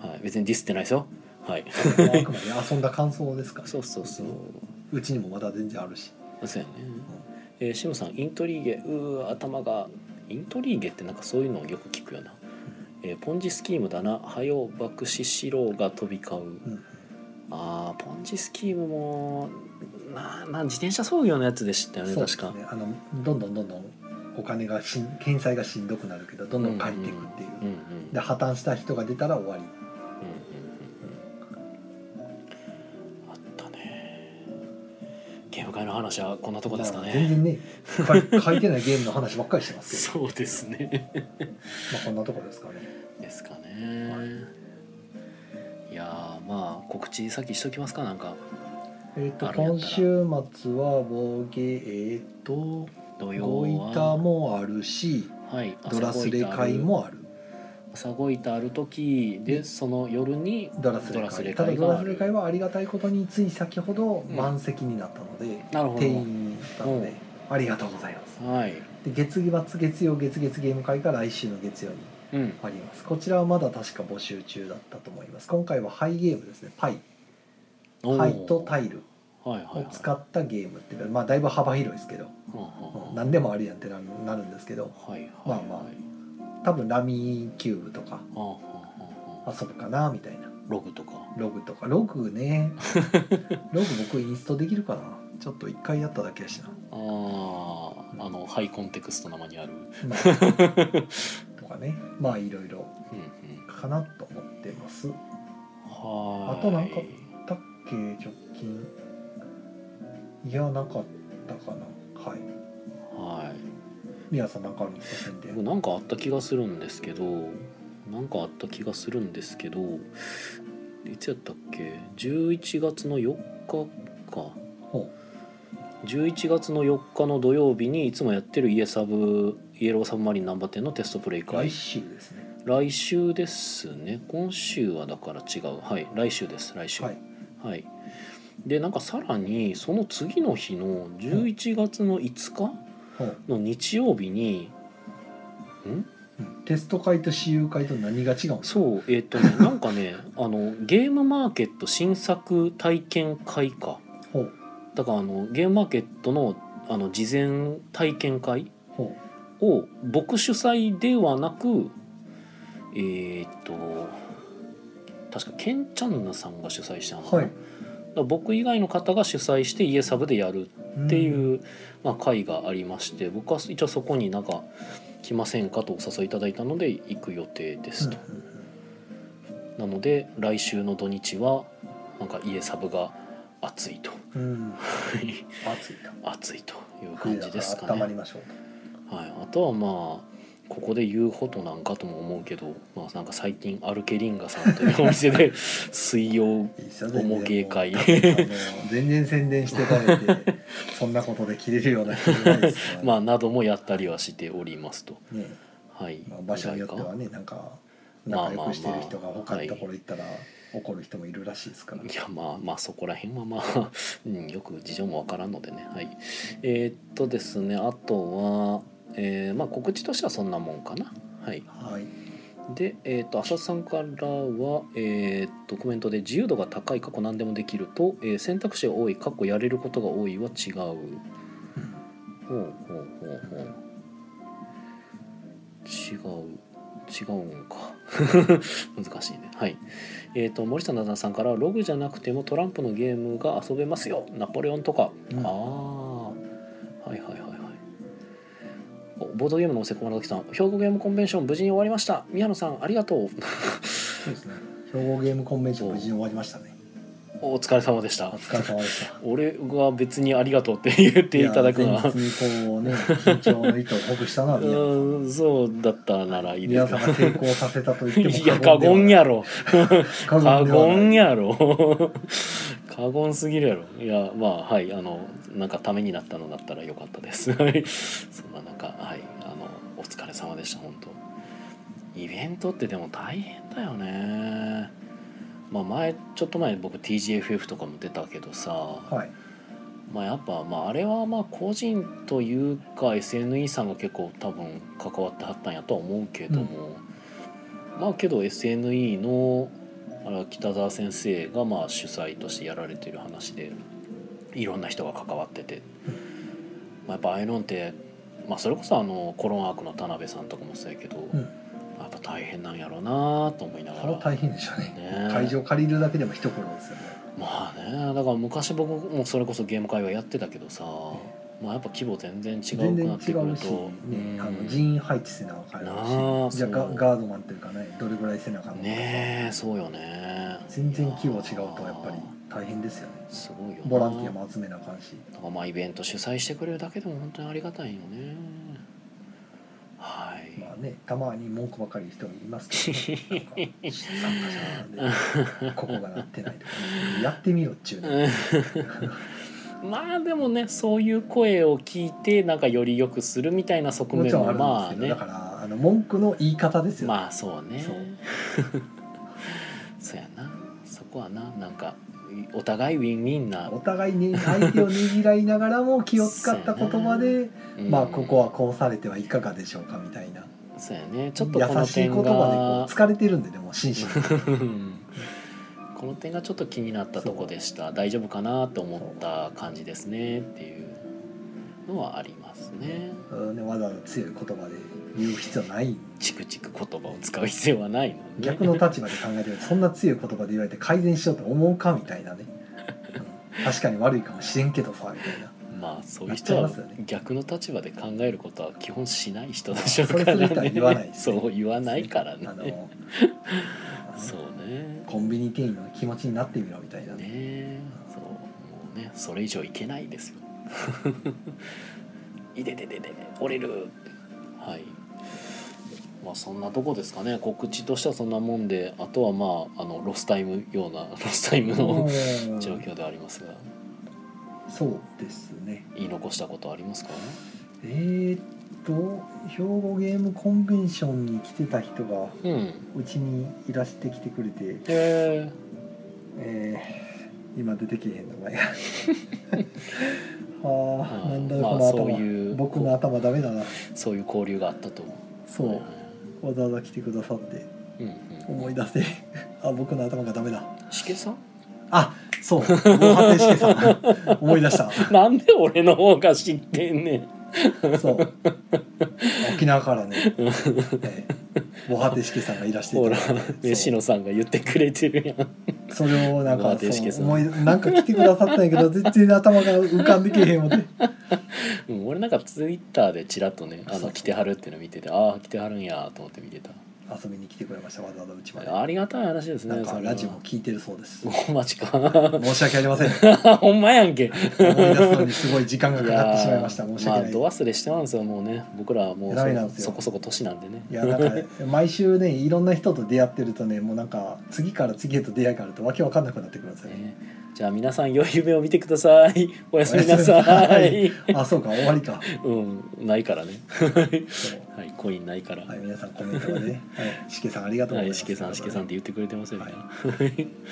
はい、別にディスってないですよ。はい。 あくまで遊んだ感想ですか、ね。 そうそうそう。 うちにもまだ全然あるし。 そうやね。うん、えー、シムさんイントリーゲうー頭がイントリーゲってなんかそういうのをよく聞くよな。うん、えー、ポンジスキームだな。はよ爆死しろが飛び交う。うん、あーポンジスキームも。なな自転車操業のやつでしたよね。確かね、 あのどんどんどんどんお金がしん返済がしんどくなるけどどんどん借りていくっていう、うんうん、で破綻した人が出たら終わり、うんうんうん、あったね。ゲーム界の話はこんなとこですかね。 全然ね書いてないゲームの話ばっかりしてますけどそうですねまあこんなとこですかねですかね、はい、いやまあ告知先しときますか。なんかえー、と今週末はボーゲーとゴイタもあるし、はい、ドラスレ会もある。 朝ごいたある時でその夜にドラスレ会。ただドラスレ会はありがたいことについ先ほど満席になったので、うん、定員になったのでありがとうございます。はい、で月末月曜月月ゲーム会が来週の月曜にあります、うん、こちらはまだ確か募集中だったと思います。今回はハイゲームですね。パイハイとタイルを使ったゲームっていうか、まあだいぶ幅広いですけど、うん、何でもありやんってなる、なるんですけど、はいはいはい、まあまあ多分ラミーキューブとか遊ぶかなみたいな。 ログとかログとかログねログ僕インストできるかな。ちょっと一回やっただけやしな。 ああ、あのハイコンテクストなマニュアルとかね、まあいろいろかなと思ってます。はい。あとなんかだっけ直近いやなかったかな。はいはい。皆さんなんかあるんですか。宣伝。 なんかあった気がするんですけどなんかあった気がするんですけどいつやったっけ。じゅういちがつのよっかか。ほう。じゅういちがつのよっかの土曜日にいつもやってるイエサブイエローサブマリンナンバーテンのテストプレイ会。 来週ですね。 来週ですね。今週はだから違う。はい、来週です来週。はい、はい、でなんかさらにその次の日のじゅういちがつのいつかの日曜日に、 うん、テスト会と私有会と何が違うんですか。 そうえっ、ー、とねなんかねあのゲームマーケット新作体験会か。だからあのゲームマーケットのあの事前体験会を僕主催ではなくえっ、ー、と確かケンチャンナさんが主催したのかな、はい、 ら僕以外の方が主催して家サブでやるっていう、うんまあ、会がありまして、僕は一応そこになんか来ませんかとお誘いいただいたので行く予定ですと、うん、なので来週の土日はなんか家サブが暑いと、うん、 暑いと暑いという感じですかね。 温まりましょうと、はい、あとはまあここで言うことなんかとも思うけど、まあ、なんか最近アルケリンガさんというお店で水曜おも芸会全然宣伝してたれてそんなことで切れるような人じゃないですから、ね、 まあなどもやったりはしておりますと、ねはいまあ、場所によってはねなんか仲良くしてる人が他のところ行ったら怒る人もいるらしいですから、ね、 いやまあまあそこら辺はまあ、うん、よく事情もわからんのでね、はい、えー、っとですねあとはえーまあ、告知としてはそんなもんかな。はい。 はい、 で、えー、と浅田さんからは、えー、とコメントで自由度が高い過去何でもできると、えー、選択肢が多い過去やれることが多いは違う。ほうほうほうほう。違う違うんか難しいね。はい。えー、と森下なださんからログじゃなくてもトランプのゲームが遊べますよ。ナポレオンとか。うん、ああはいはいはい。ボードゲームのおせこまなときさん、兵庫ゲームコンベンション無事に終わりました。宮野さんありがとう。そうですね。兵庫ゲームコンベンション無事に終わりましたね。 お疲れ様でした。 お疲れ様でした。 俺が別にありがとうって言っていただくのは、 前日にこうね緊張の糸をほぐしたのは宮野さん。 うんそうだったならいいですけど。 宮野さんが成功させたと言ってもいや過言やろ。過言やろ。過言すぎるやろ。いやまあはいあのなんかためになったのだったらよかったです。そんななんかはいあのお疲れ様でした本当。イベントってでも大変だよね。まあ前ちょっと前僕 ティージーエフエフ とかも出たけどさ、 はい、 まあやっぱまああれはまあ個人というか エスエヌイー さんが結構多分関わってはったんやとは思うけども、うん、まあけど エスエヌイー のあれ北澤先生がまあ主催としてやられている話でいろんな人が関わってて、まあ、やっぱアイロンって、まあ、それこそあのコロンアークの田辺さんとかもそうやけど、うん、やっぱ大変なんやろうなと思いながら。 それは大変でしょう ね, ね会場借りるだけでも一苦労ですよね。 まあねだから昔僕もそれこそゲーム会はやってたけどさ、まあ、やっぱ規模全然違うくなってくると、 ね、あの人員配置せなあかんし、じゃあガードマンっていうかねどれぐらいせなあかんのかねえそうよね全然規模違うとやっぱり大変ですよね。 すごいよボランティアも集めなあかんし、 だからまあイベント主催してくれるだけでも本当にありがたいよね。はい。 まあねたまに文句ばかり人もいますけど、ね、なんか参加者でここがなってないとか、ね、やってみようっちゅうねまあでもねそういう声を聞いてなんかより良くするみたいな側面もまあねだからあの文句の言い方ですよね。 まあそうねそうそうやなそこはななんかお互いウィンウィンなお互いに相手をねぎらいながらも気を使った言葉で、うん、まあここはこうされてはいかがでしょうかみたいなそうやねちょっとこの点が優しい言葉でこう疲れてるんでねもう真摯にこの点がちょっと気になったとこでした大丈夫かなと思った感じですねっていうのはありますね。 ねわざわざ強い言葉で言う必要ないチクチク言葉を使う必要はないの、ね、 逆の立場で考えてるとそんな強い言葉で言われて改善しようと思うかみたいなね、うん、確かに悪いかもしれんけどさみたいなまあそういう人は逆の立場で考えることは基本しない人でしょうからね。 それする人は言わないですねそう言わないからね。 あのそうね。 コンビニ店員の気持ちになってみろみたいなね。そうもうねそれ以上いけないですよ。いででででで折れる。はい。まあそんなとこですかね。告知としてはそんなもんで、あとはまああのロスタイムようなロスタイムの状況でありますが。そうですね。 言い残したことありますか？ えー、っと兵庫ゲームコンベンションに来てた人がうち、ん、にいらしてきてくれて、 えーえー、今出てけへんの前がああなんだよ、 まあ、 この頭そういう僕の頭ダメだな。 そういう交流があったと思う。 そう、はいはい、わざわざ来てくださって、うんうん、思い出せあ僕の頭がダメだ。 しけさんあそう防波堤しけさん思い出したなんで俺の方が知ってんねんそう沖縄からね、えー、防波堤しけさんがいらしていたほら飯野さんが言ってくれてるやんそれをなんかうわそうさん思いなんか来てくださったんやけど全然頭が浮かんでけへんもんね。 うん、俺なんかツイッターでチラッとねあそうそうの来てはるっていうの見ててああ来てはるんやと思って見てた。 遊びに来てくれましたわざわざうちまで。 ありがたい話ですね。 なんかそれはラジオも聞いてるそうです。 おマジか申し訳ありません。 ほんまやんけ思い出すのにすごい時間がかかってしまいました。申し訳ない。 まあド忘れしてたんですよもうね。僕らはもうダメなんですよそこそこ年なんでね。 いやなんか毎週ねいろんな人と出会ってるとねもうなんか次から次へと出会いがあるとわけわかんなくなってくるんですよね。 ねじゃあ皆さん良い夢を見てください。おやすみなさい。 あそうか終わりか。 うんないからね。 そうはいコインないから。 はい皆さんコメントがね、はい、しけさんありがとうございます。 はいしけさんしけさんって言ってくれてますよね。 はい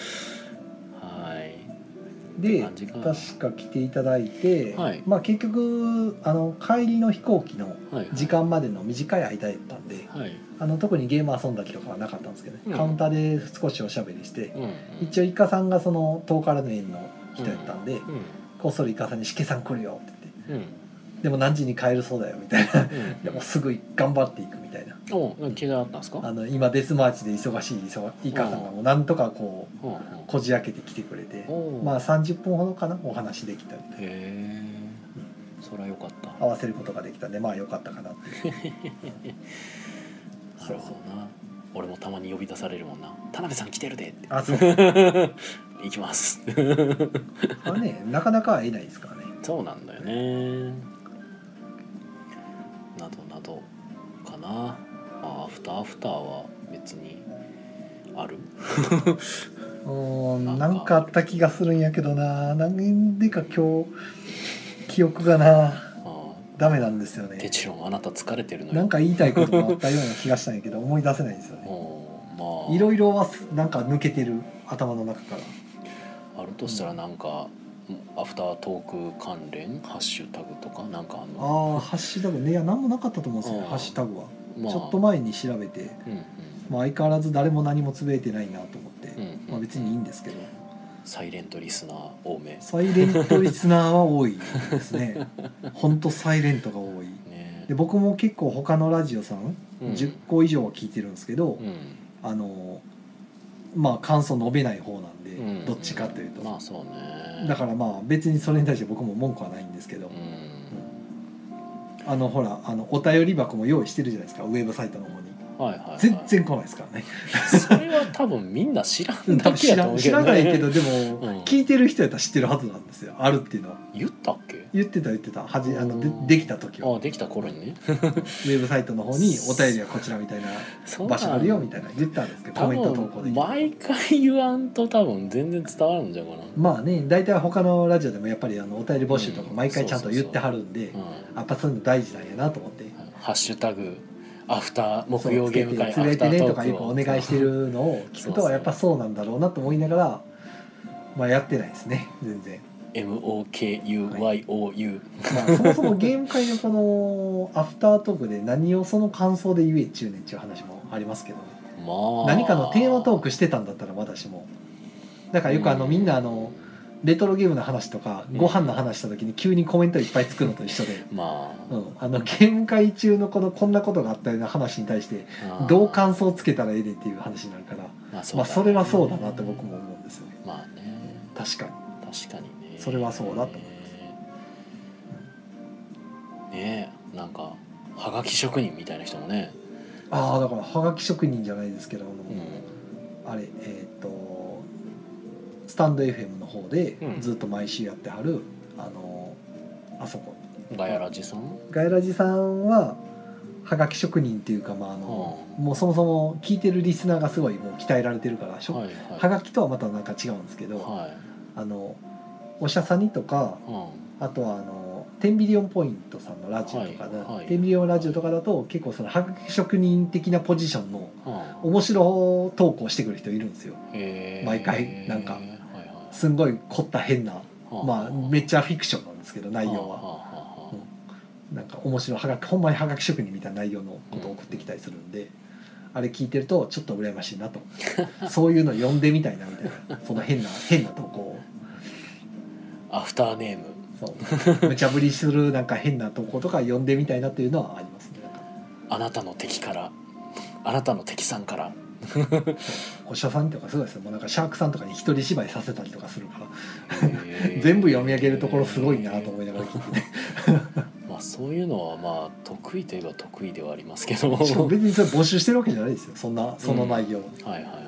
はいで感じか確か来ていただいて、 はいまあ結局あの帰りの飛行機のはい時間までの短い間やったんで、 はいあの特にゲーム遊んだりとかはなかったんですけどね、 うんカウンターで少しおしゃべりして、 うんうん一応イカさんがその遠からの縁の人やったんで、 うんこっそりイカさんに「しけさん来るよ」って言ってうん 「でも何時に帰るそうだよ」みたいなうんでもすぐ頑張っていくみたいな。 おなんか気があったんですか。 あの今デスマーチで忙しい忙イカさんがもうなんとかこううんうんこじ開けてきてくれて、 おまあさんじゅっぷんほどかなお話できたりへえそれはよかった。 合わせることができたんでまあよかったかなっていうなるほどな。俺もたまに呼び出されるもんな。田辺さん来てるでってあそう行きますあねなかなか会えないですからね。 そうなんだよね。などなどかな。あアフターアフターは別にあるうーんなかなんんかあった気がするんやけどななんでか今日記憶がなあダメなんですよテね。 チロンあなた疲れてるのよ。 なんか言いたいこともあったような気がしたんやけど思い出せないんですよね。 うんまあいろいろはなんか抜けてる頭の中からあるとしたらなんか、アフタートーク関連ハッシュタグとかなんかあんあの。 あハッシュタグねいや何もなかったと思うんですよねうんハッシュタグは、 まあちょっと前に調べて、 うんうんまあ、相変わらず誰も何もつぶやいてないなと思って、 うんうんまあ、別にいいんですけどサイレントリスナー多めサイレントリスナーは多いですねほんとサイレントが多いねで僕も結構他のラジオさん、 うんじゅっこ以上は聞いてるんですけど、 うんあのまあ感想述べない方なんで、 うんどっちかというと、 まあそうねだからまあ別にそれに対して僕も文句はないんですけど、 うんあのほらあのお便り箱も用意してるじゃないですかウェブサイトの方にはいはい、はい、 全然来ないですからねそれは多分みんな知らんだ多分知らけやと思うけど、ね、 知らないけどでも、 うん聞いてる人やったら知ってるはずなんですよあるっていうのは言ったっけ。 言ってた言ってたはじあのでうんできた時はあできた頃にねウェブサイトの方にお便りはこちらみたいなそう場所あるよみたいな言ったんですけど多コメント投稿分できる毎回言わんと多分全然伝わるんじゃうかな。 まあね大体他のラジオでもやっぱりあのお便り募集とかうん毎回ちゃんと言ってはるんでうんやっぱそういうの大事なんやなと思ってハッシュタグアフター木そう曜ゲーム会つけてつぶやいてねとかよくアフおタートークを願いしてるのを聞くそうそうとやっぱそうなんだろうなと思いながらまあやってないですね全然。 エムオーケーユーワイオーユーまあ、そもそもゲーム会のこのアフタートークで何をその感想で言えっちゅうねんっていう話もありますけどねまあ何かのテーマトークしてたんだったら私もだからよくあのみんなあのレトロゲームの話とかご飯の話した時に急にコメントいっぱいつくのと一緒で、 まあ、 うん、あのゲーム会中のこのこんなことがあったような話に対してあーどう感想をつけたらええねんっていう話になるからまあそうだねまあそれはそうだなって僕も思うんですよねまあね確かに確かにねそれはそうだと思いますねえなんかはがき職人みたいな人もね、 ああだからはがき職人じゃないですけどあの、 うん、 あれえっ、とスタンド エフエム の方でうんずっと毎週やってはる、あのあそこガヤラジさんガイラジさんははがき職人っていうか、まああのもうそもそも聞いてるリスナーがすごいもう鍛えられてるから、しょはいはいはがきとはまたなんか違うんですけど、 はいあのおしゃさにとかうんあとはあのテンビリオンポイントさんのラジオとかで、 はいはいテンビリオンラジオとかだと結構そのはがき職人的なポジションのうん面白投稿してくる人いるんですよ。 へー毎回なんかはいはいすんごい凝った変な、 はまあめっちゃフィクションなんですけど内容は。 はははなんか面白いはがきほんまにはがき職人みたいな内容のことを送ってきたりするんで、あれ聞いてるとちょっと羨ましいなとそういうの読んでみたいなみたいなその変な変な投稿をアフターネームそう無茶ぶりするなんか変な投稿とか読んでみたいなっていうのはありますね。 あなたの敵からあなたの敵さんからお医者さんとかすごいですよ。もうなんかシャークさんとかに一人芝居させたりとかするから全部読み上げるところすごいなと思いながら聞いてねまあそういうのはまあ得意といえば得意ではありますけどしかも別にそれ募集してるわけじゃないですよ、そんなその内容、うん、 はいはいはい、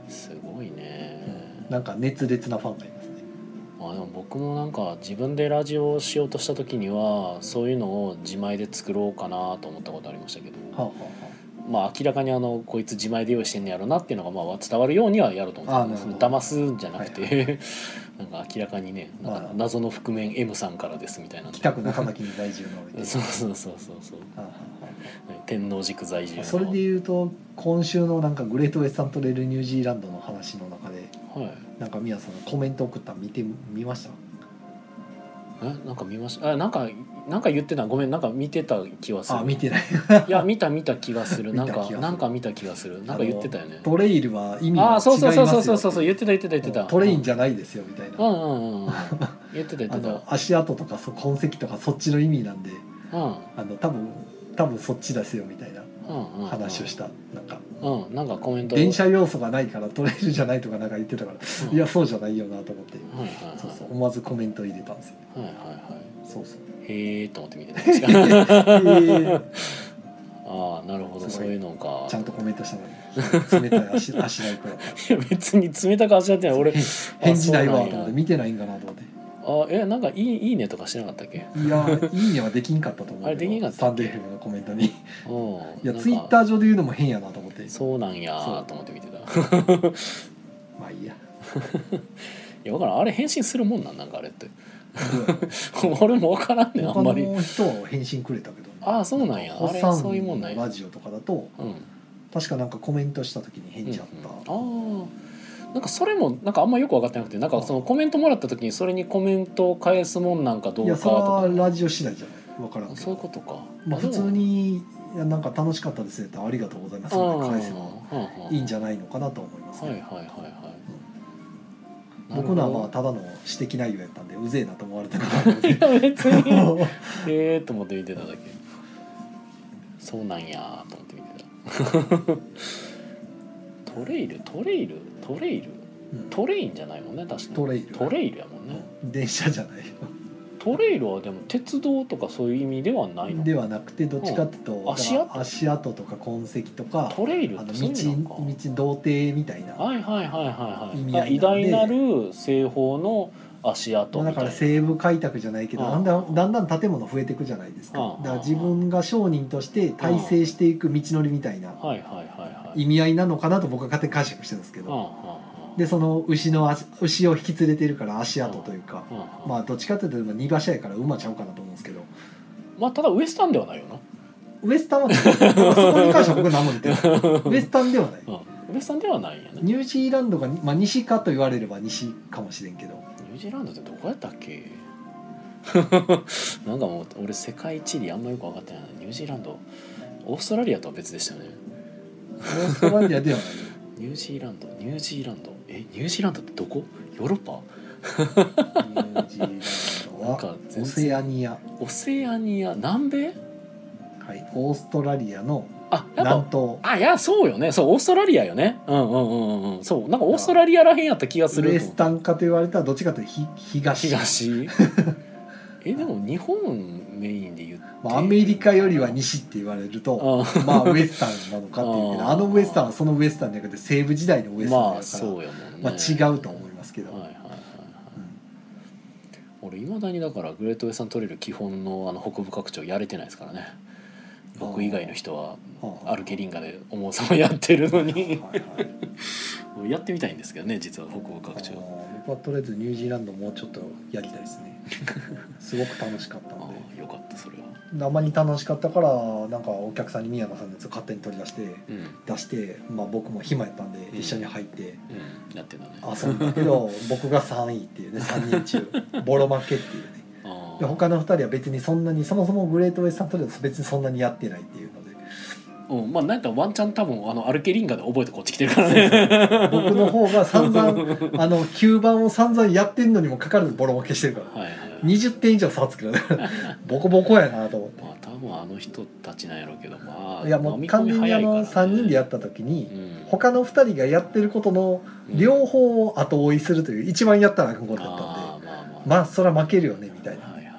すごいね、 うん、なんか熱烈なファンがいますね。 まあでも僕もなんか自分でラジオをしようとした時にはそういうのを自前で作ろうかなと思ったことありましたけど、はあはあ、まあ明らかにあのこいつ自前で用意してんねやろなっていうのがまあ伝わるようにはやろうと思ってます。騙すんじゃなくて、はいはいなんか明らかにね、なんか謎の覆面 M さんからですみたいな、 北区中崎に在住のそうそうそうそうそう、天王寺区在住の。 それでいうと今週のなんかグレートウェスタントレールニュージーランドの話の中で、はい、なんか宮さんのコメント送ったの見てみました？ えなんか見ました？あなんかなんか言ってた、ごめん、なんか見てた気はする。 あ見てないいや見た見た気がするなんかなんか見た気がするなんか言ってたよね。 トレイルは意味が違いますよ。 あそうそうそうそうそうそう言ってた言ってた言ってた。 トレインじゃないですよみたいな。 うんうんうん言ってた言ってた。 足跡とかそ痕跡とかそっちの意味なんで、うん、あの多分多分そっちですよみたいな話をした、うんうんうん、なんか、 うん、なんかコメント電車要素がないからトレイルじゃないとかなんか言ってたから、うん、いやそうじゃないよなと思って、はいはいはい、そうそう思わずコメント入れたんですよ。はいはいはい。そうそう。へえと思って見てたんですか。へああなるほどそういうのか。ちゃんとコメントしたのに冷たい足足ない子だった。 いや別に冷たく足だってない俺返事ないわと思って見てないんかなと思って。 あえなんかいいいいねとかしてなかったっけ？ いやいいねはできんかったと思うけど。あれできんかったっけ？スタンド エフエム のコメントに。いやツイッター上で言うのも変やなと思って。 そうなんやと思って見てた。 まあいいや。 いやだからあれ返信するもんなんなんかあれって。俺も分からんねんあんまり。 他の人は返信くれたけど、ね、 ああそうなんや。あれそういうもんなんや。 ラジオとかだと、うん、確かなんかコメントした時に返事あった、うんうん、ああなんかそれもなんかあんまよく分かってなくて、なんかそのコメントもらった時にそれにコメントを返すもんなんかどうかとか。いやそれはラジオ次第じゃない分からんけど。 そういうことか。 まあ普通にいやなんか楽しかったですねってありがとうございますって返せばいいんじゃないのかなと思いますね。はいはいはいはい。僕のはまあただの指摘内容やったんでうぜえなと思われたからいや別にええと思って見てただけ。そうなんやと思って見てた。トレイルトレイルトレイル、うん、トレインじゃないもんね確かに。 トレイルトレイルやもんね、 うん、電車じゃないよ。 トレイルはでも鉄道とかそういう意味ではないのではなくてどっちかっていうと、 うん、足跡足跡とか痕跡とかトレイルってそういうのか道道程みたいなはいはいはいはいはい偉大なる西方の足跡みたいな、 だから西部開拓じゃないけどだんだんだんだん建物増えていくじゃないですか。だから自分が商人として大成していく道のりみたいな意味合いなのかなと僕は勝手に解釈してるんですけど、でその牛の牛を引き連れてるから足跡というか、まあどっちかというと荷馬車やから馬ちゃうかなと思うんですけど、 まあただウエスタンではないよな。 ウエスタンはそこに関しては僕何も言ってないウエスタンではない、うん、 ウエスタンではないんやね。 ニュージーランドが、まあ、西かと言われれば西かもしれんけど、 ニュージーランドってどこやったっけなんかもう俺世界地理あんまよく分かってないな。ニュージーランドオーストラリアとは別でしたよね。 オーストラリアではないニュージーランドニュージーランドえニュージーランドってどこ？ヨーロッパ？ ニュージーランドはオセアニア。 オセアニア南米？ はい、オーストラリアのあ南東。 あいやそうよね。そうオーストラリアよね。うんうんうんうんそうなんかオーストラリアらへんやった気がする。 ウエスタン化と言われたらどっちかというと東。 東えでも日本メインで言って、 まあ、アメリカよりは西って言われるとまあウエスタンなのかっていうけどあのウエスタンはそのウエスタンじゃなくて西部時代のウエスタンだから、まあそうやもんね、まあ、違うと思いますけど、はいはいはいはいうん、俺いまだにだからグレートウエスタントレイル基本のあの北部拡張やれてないですからね。僕以外の人はアルケリンガで思うさまやってるのにはい、はい、やってみたいんですけどね実は北部拡張。 僕はとりあえずニュージーランドもうちょっとやりたいですねすごく楽しかったので。 よかったそれは。 あまり楽しかったからなんかお客さんに宮野さんのやつを勝手に取り出して、うん、出して、まあ、僕も暇やったんで一緒に入って、 うんうん、やってたね遊んだけど僕がさんいっていうねさんにん中ボロ負けっていうねで他のふたりは別にそんなにそもそもグレートウエスタントレード別にそんなにやってないっていうので、 うん、まあなんかワンチャン多分あのアルケリンガで覚えてこっち来てるからね僕の方が散々あのきゅうばんを散々やってんのにもかかわらずボロ負けしてるから、はいはい、にじゅってん以上差つけどボコボコやなと思って。 まあ多分もあの人たちなんやろうけど、まあいやもう完全にあのさんにんでやった時に、うん、他のふたりがやってることの両方を後追いするという一番やったらあかんことだったんで、うん、まあ、まあ、まあそれは負けるよねみたいな、はいはいはい、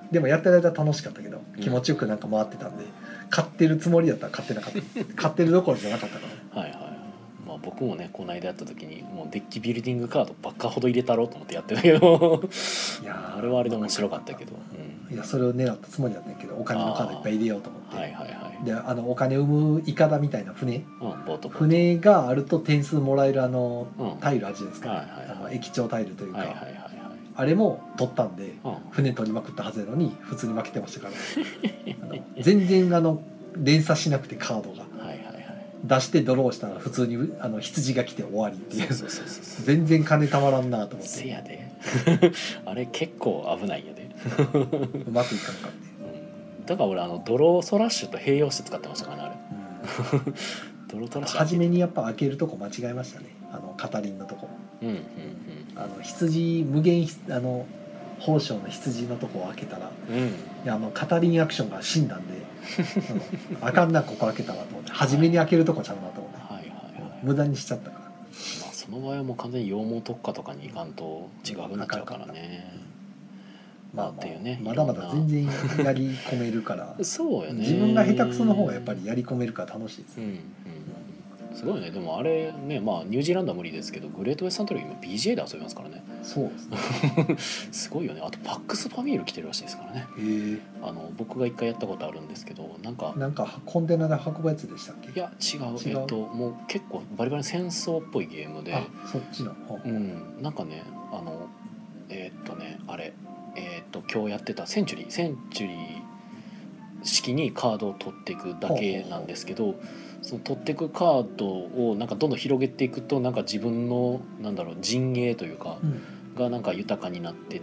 でもやってる間楽しかったけど気持ちよくなんか回ってたんで、うん、勝ってるつもりだったら勝ってなかった勝ってるどころじゃなかったからね。はいはい、 まあ、僕もねこの間やった時にもうデッキビルディングカードばっかほど入れたろうと思ってやってたけどいやあれはあれで面白かったけど、 うん、いやそれを狙ったつもりだったんやけどお金のカードいっぱい入れようと思って、はいはいはい、であのお金を生むイカダみたいな船、うん、ボート船があると点数もらえるあの、うん、タイルあるじゃないですか、ね、はいはいはい、あの駅長タイルというか、はいはいはいはい、あれも取ったんで、うん、船取りまくったはずなのに普通に負けてましたからあの全然あの連鎖しなくてカードが出してドローしたら普通にあの羊が来て終わりっていう、そうそうそうそう、全然金たまらんなと思って。 せやであれ結構危ないんやでうまくいかんかって、 うん、だから俺あのドローソラッシュと併用して使ってましたからねあれ、うん、ドロートラッシュ初めにやっぱ開けるとこ間違えましたね、あのカタリンのとこ、うんうんうん、あの羊無限あの宝生の羊のとこを開けたら、うん、いやあのカタリンアクションが死んだんであ, あかんなここ開けたなと思って初めに開けるとこちゃうなと思って、はいはいはいはい、無駄にしちゃったから、まあ、その場合はもう完全に羊毛特化とかにいかんと違うくなっちゃうからね、 まあっていうね、まだまだ全然やり込めるからそうよね、 自分が下手くその方がやっぱりやり込めるから楽しいですね、うんうん、 すごいね。でもあれね、まあニュージーランドは無理ですけどグレートウェスタントレイ今 ビージェー で遊びますからね。 そうですねすごいよね。あとパックスファミール来てるらしいですからね。へー、あの僕が一回やったことあるんですけど、なんかなんかコンテナで運ぶやつでしたっけ？ いや違う、違う、えっともう結構バリバリ戦争っぽいゲームで、 あそっちの、 うん、なんかねあのえー、っとねあれえー、っと今日やってたセンチュリーセンチュリー式にカードを取っていくだけなんですけど、その取っていくカードをなんかどんどん広げていくとなんか自分のなんだろう陣営というか、うん、がなんか豊かになってって、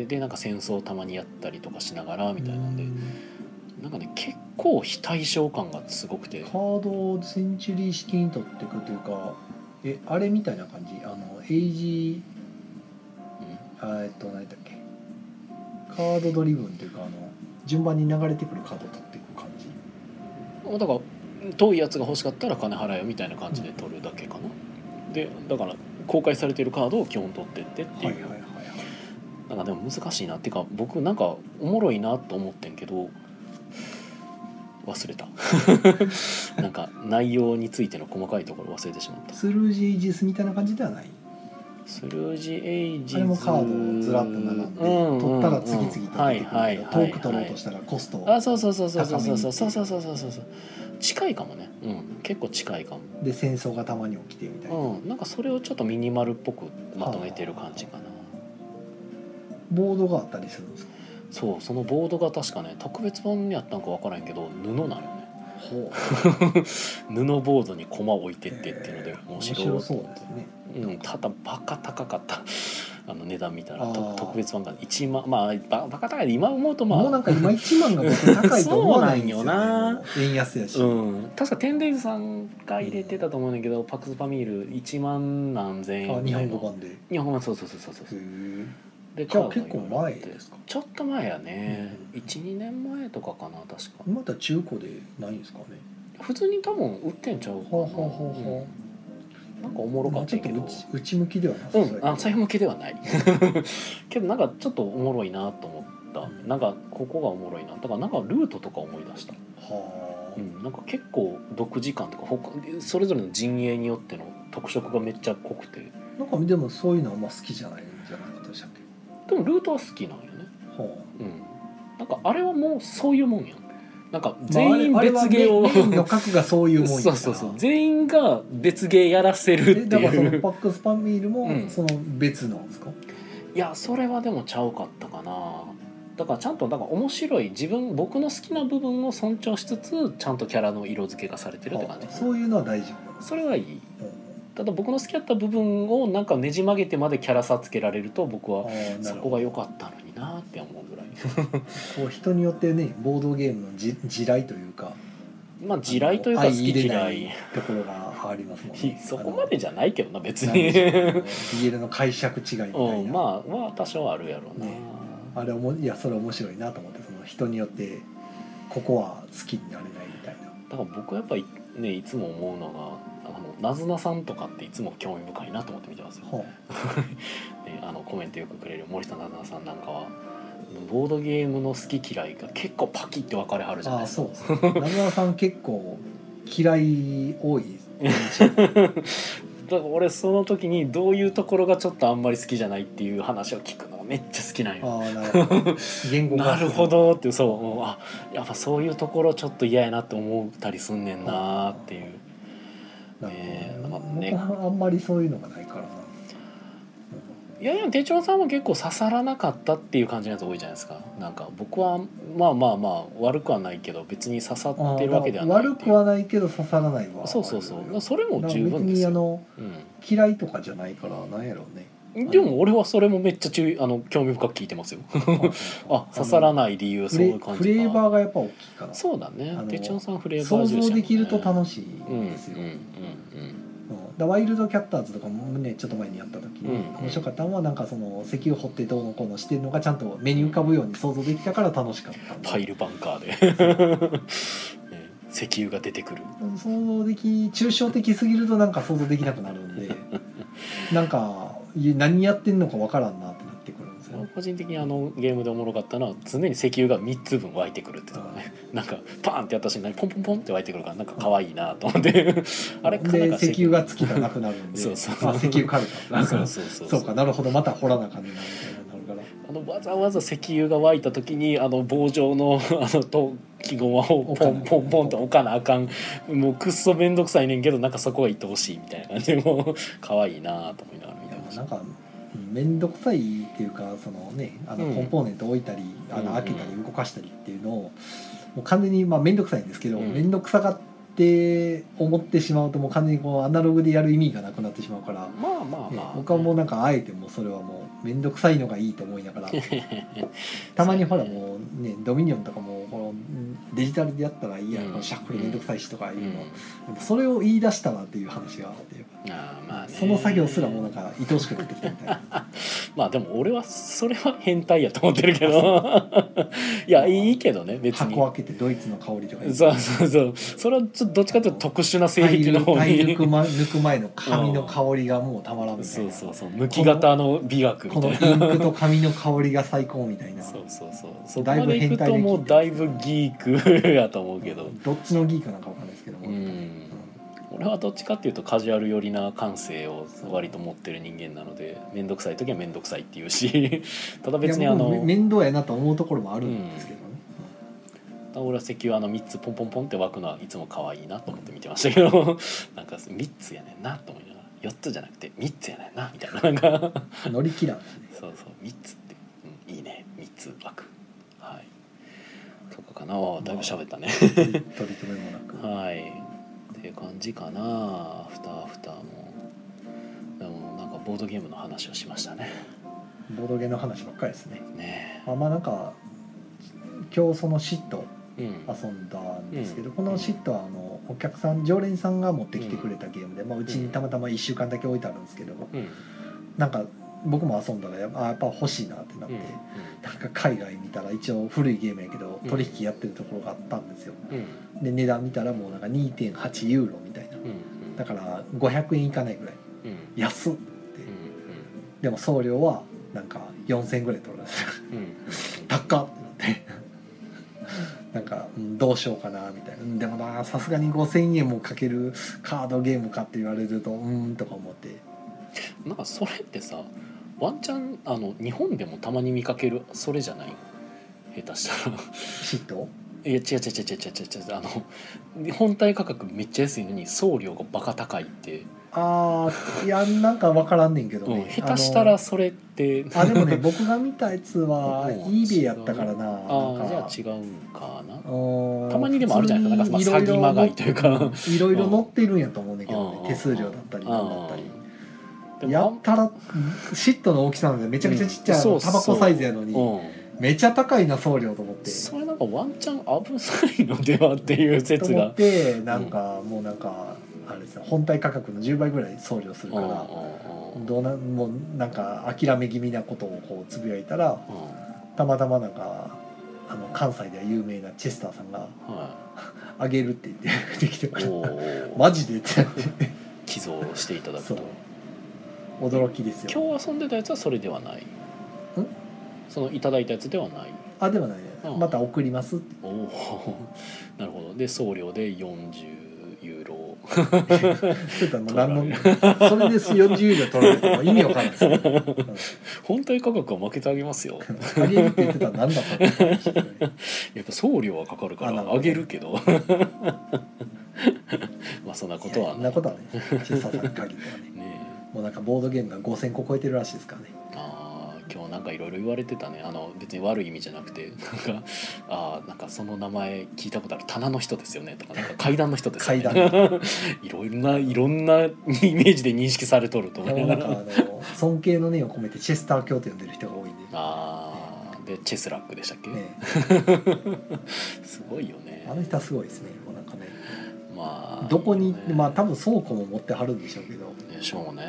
でなんか戦争をたまにやったりとかしながらみたいなんで、んなんかね結構非対称感がすごくて、 カードをセンチュリー式に取っていくというか、えあれみたいな感じ、あのエイジ、うん、あえっと何だっけ、カードドリブンというかあの順番に流れてくるカードを取っていく感じ。 だから遠いやつが欲しかったら金払えよみたいな感じで取るだけかな、うん、でだから公開されているカードを基本取ってってっていう、はいはいはいはい、なんかでも難しいなっていうか僕なんかおもろいなと思ってんけど忘れたなんか内容についての細かいところ忘れてしまった。 スルージエイジスみたいな感じではない？ スルージエイジズあれもカードをずらっと並んで、うんうん、取ったら次々と出てくるけど、はいはいはい、遠く取ろうとしたらコストを高めに、あそうそうそうそうそうそうそうそうそうそうそうそう近いかもね、うん、結構近いかも。 で戦争がたまに起きてみたいな、 うん、なんかそれをちょっとミニマルっぽくまとめてる感じかな。 ボードがあったりするんですか？ そうそのボードが確かね特別版やったんか分からんけど布なんよね。ほう布ボードにコマを置いてってっていうので面白い、面白そうですね、うん、ただバカ高かったあの値段見たら特別版がいちまん、まあバカ高いで今思うとまあもうなんか今いちまんが僕高いと思わないんですよね。そうなんよな、円安やし、うん、 確かテンデイズさんが入れてたと思うんだけど、うん、パックスファミールいちまん何千円、 あ日本語版で日本語版そうそうそうそうそうでじゃあ結構前ですか？ ちょっと前やね、うん、いちにねんまえとかかな確か。 また中古でないんですかね？ 普通に多分売ってんちゃうかな。はははは、うん、なんかおもろかったけど、 内向きではなさそう、うん、あ財布向きではないけどなんかちょっとおもろいなと思った、うん、なんかここがおもろいなだからなんかルートとか思い出した。は、うん、なんか結構独自感とか他それぞれの陣営によっての特色がめっちゃ濃くて、 なんかでもそういうのはあんま好きじゃないんじゃないかとしたっけ。 でもルートは好きなんよね。はあ、うん、なんかあれはもうそういうもんやん。なんか全員別ゲーを、まあ、 メインの核がそういうもんやそうそうそう全員が別ゲーやらせるっていう。 だからそのパックスパンミールもその別なんですか？うん、 いやそれはでもちゃうかったかな。だからちゃんとだから面白い自分僕の好きな部分を尊重しつつちゃんとキャラの色付けがされてるって感じ。 そういうのは大事。 それはいい。うん、ただ僕の好きだった部分をなんかねじ曲げてまでキャラ差つけられると僕はそこが良かったのになって思うぐらいこう人によってねボードゲームの地雷というか、 まあ地雷というか好き嫌いところがありますもんねそこまでじゃないけどな別にビーエル の解釈違いみたいな、 うん、まあまあ多少あるやろうな、ね、 あれおもいやそれ面白いなと思って、その人によってここは好きになれないみたいな。 だから僕はやっぱりねいつも思うのがあのなずなさんとかっていつも興味深いなと思って見てますよ、ね、あのコメントよくくれる森下なずなさんなんかはボードゲームの好き嫌いが結構パキって分かれはるじゃないですか。 あそうですね。なずなさん結構嫌い多いだから俺その時にどういうところがちょっとあんまり好きじゃないっていう話を聞くのがめっちゃ好きなんよ。 あなるほど言語なるほどってそうあやっぱそういうところちょっと嫌やなって思ったりすんねんなっていう。 ねなんかね、僕はあんまりそういうのがないからな。 いやいや手帳さんは結構刺さらなかったっていう感じのやつ多いじゃないですか。なんか僕はまあまあまあ悪くはないけど別に刺さってるわけではない悪くはないけど刺さらないわ。 そうそうそうそれも十分ですよ。 別にあの、うん、嫌いとかじゃないからなんやろうね。 でも俺はそれもめっちゃ注意あの興味深く聞いてますよあ刺さらない理由そういう感じか。 フレーバーがやっぱ大きいから。 そうだね。手帳さんフレーバー重視、ね、 想像できると楽しいんですよ。 うんうんうんうんだワイルドキャッターズとかもねちょっと前にやった時に、うん、面白かったのはなんかその石油掘ってどうのこうのしてるのがちゃんと目に浮かぶように想像できたから楽しかった。 パイルバンカーで石油が出てくる。 想像でき抽象的すぎるとなんか想像できなくなるんでなんか何やってんのかわからんなってなってくるんですよ。 個人的にあのゲームでおもろかったのは常に石油がみっつぶん湧いてくるってとこね。なんかパーンってやった瞬間にポンポンポンって湧いてくるからなんか可愛いなと思ってあれかで石油が尽きたらなくなるんでそうそうあ石油かるかそうそうそうそうかなるほどまた掘らなあかんねんなみたいな。 あのわざわざ石油が湧いた時にあの棒状のあのと記号をポンポンポンと置かなあかんもうくっそめんどくさいねんけどなんかそこは愛おしいみたいな感じでもう可愛いなと思いながら見てました。 なんかめんどくさいっていうかそのねあのコンポーネント置いたり、うん、あの開けたり動かしたりっていうのをもう完全にまあめんどくさいんですけど、うん、めんどくさがって思ってしまうともう完全にこうアナログでやる意味がなくなってしまうから、 まあまあまあ、 ね、僕はもうなんかあえてもうそれはもうめんどくさいのがいいと思いながらたまにほらもうねドミニオンとかもこのデジタルでやったらいいや、うん、シャッフルめんどくさいしとかいうの、うん、それを言い出したなっていう話があってあまあ、ね、 その作業すらもうなんか愛おしくなってきたみたいなまあでも俺はそれは変態やと思ってるけどいやいいけどね別に箱開けてドイツの香りとかそうそうそうそれはちょっとどっちかというと特殊な性癖の方に抜く、ま、抜く前の紙の香りがもうたまらんみたいな、 そうそうそう抜き型の美学みたいなこのインクと紙の香りが最高みたいなそうそうそうそこまでいくともうだいぶギークやと思うけどどっちのギークなんかわかんないですけども、 うん俺はどっちかっていうとカジュアル寄りな感性を割と持ってる人間なので面倒くさい時は面倒くさいっていうしただ別にあの面倒やなと思うところもあるんですけどね、 うん、俺は石油あのみっつポンポンポンって湧くのはいつも可愛いなと思って見てましたけどなんかみっつやねんなと思いながらよっつじゃなくてみっつやねんなみたいななんか乗り切らんねそうそうみっつって、うん、いいねみっつ湧くはいとかかなだいぶ喋ったね、 まあ、取り留めもなくはいっていう感じかな。アフターアフターもでもなんかボードゲームの話をしましたね。 ボードゲームの話ばっかりですね。 ねあまあなんか今日そのシット遊んだんですけど、うん、このシットはあのお客さん常連さんが持ってきてくれたゲームで、うんまあ、うちにたまたまいっしゅうかんだけ置いてあるんですけど、うん、なんか僕も遊んだらやっぱ欲しいなってなって、うん、なんか海外見たら一応古いゲームやけど取引やってるところがあったんですよ、うん、で値段見たらもうなんか にてんはち ユーロみたいな、うん、だからごひゃくえんいかないぐらい、うん、安っって、うん、でも送料はなんかよんせんえんぐらい取るんですよ、うん、高っってなってなんか、うん、どうしようかなみたいな、でもなさすがにごせんえんもかけるカードゲームかって言われるとうーんとか思って、 なんかそれってさワンチャンあの日本でもたまに見かけるそれじゃない下手したらシットいや違う違う違う違う違う違うあの本体価格めっちゃ安いのに送料がバカ高いってあーいやなんか分からんねんけどね、 うん、下手したらそれってあでもね僕が見たやつは eBay やったからなああじゃあ違うんかなたまにでもあるじゃないですかなんか詐欺まがいというかいろいろ載ってるんやと思うねんけどね手数料だったりなんだったりやったらシットの大きさなのでめちゃくちゃちっちゃい、うん、タバコサイズやのに、うん、めちゃ高いな送料と思ってそれなんかワンチャン危ないのではっていう説がと思ってなんか、うん、もうなんかあれですね本体価格のじゅうばいぐらい送料するからどうなもうなんか諦め気味なことをこうつぶやいたらたまたまなんかあの関西では有名なチェスターさんがはあげるって言ってできてくい、 るおーマジでってなって寄贈していただくそうと。 驚きですよ。 今日遊んでたやつはそれではない。そのいただいたやつではない。 あでもないね、 うんまた送りますっておおなるほど。で送料でよんじゅうユーロそれともう何のそれですよんじゅうユーロ取られても意味わかんないですよ、うん本体価格は負けてあげますよ。 あげるって言ってたら何だったのかもしれないやっぱ送料はかかるからあげるけどまあそんなことはそんなことはね小ささに限ってはねねもうなんかボードゲームがごせんこ超えてるらしいですからね。 ああ今日なんかいろいろ言われてたね。あの別に悪い意味じゃなくてなんかあなんかその名前聞いたことある棚の人ですよねとかなんか階段の人ですよね階段いろんないろんなイメージで認識されとると思いながらでもなんかあの尊敬の念を込めてチェスター教って呼んでる人が多いんでああでチェスラックでしたっけ、 ねすごいよね。 あの人はすごいですね。もうなんかねまあどこにいいよねまあ多分倉庫も持ってはるんでしょうけどでしょうね。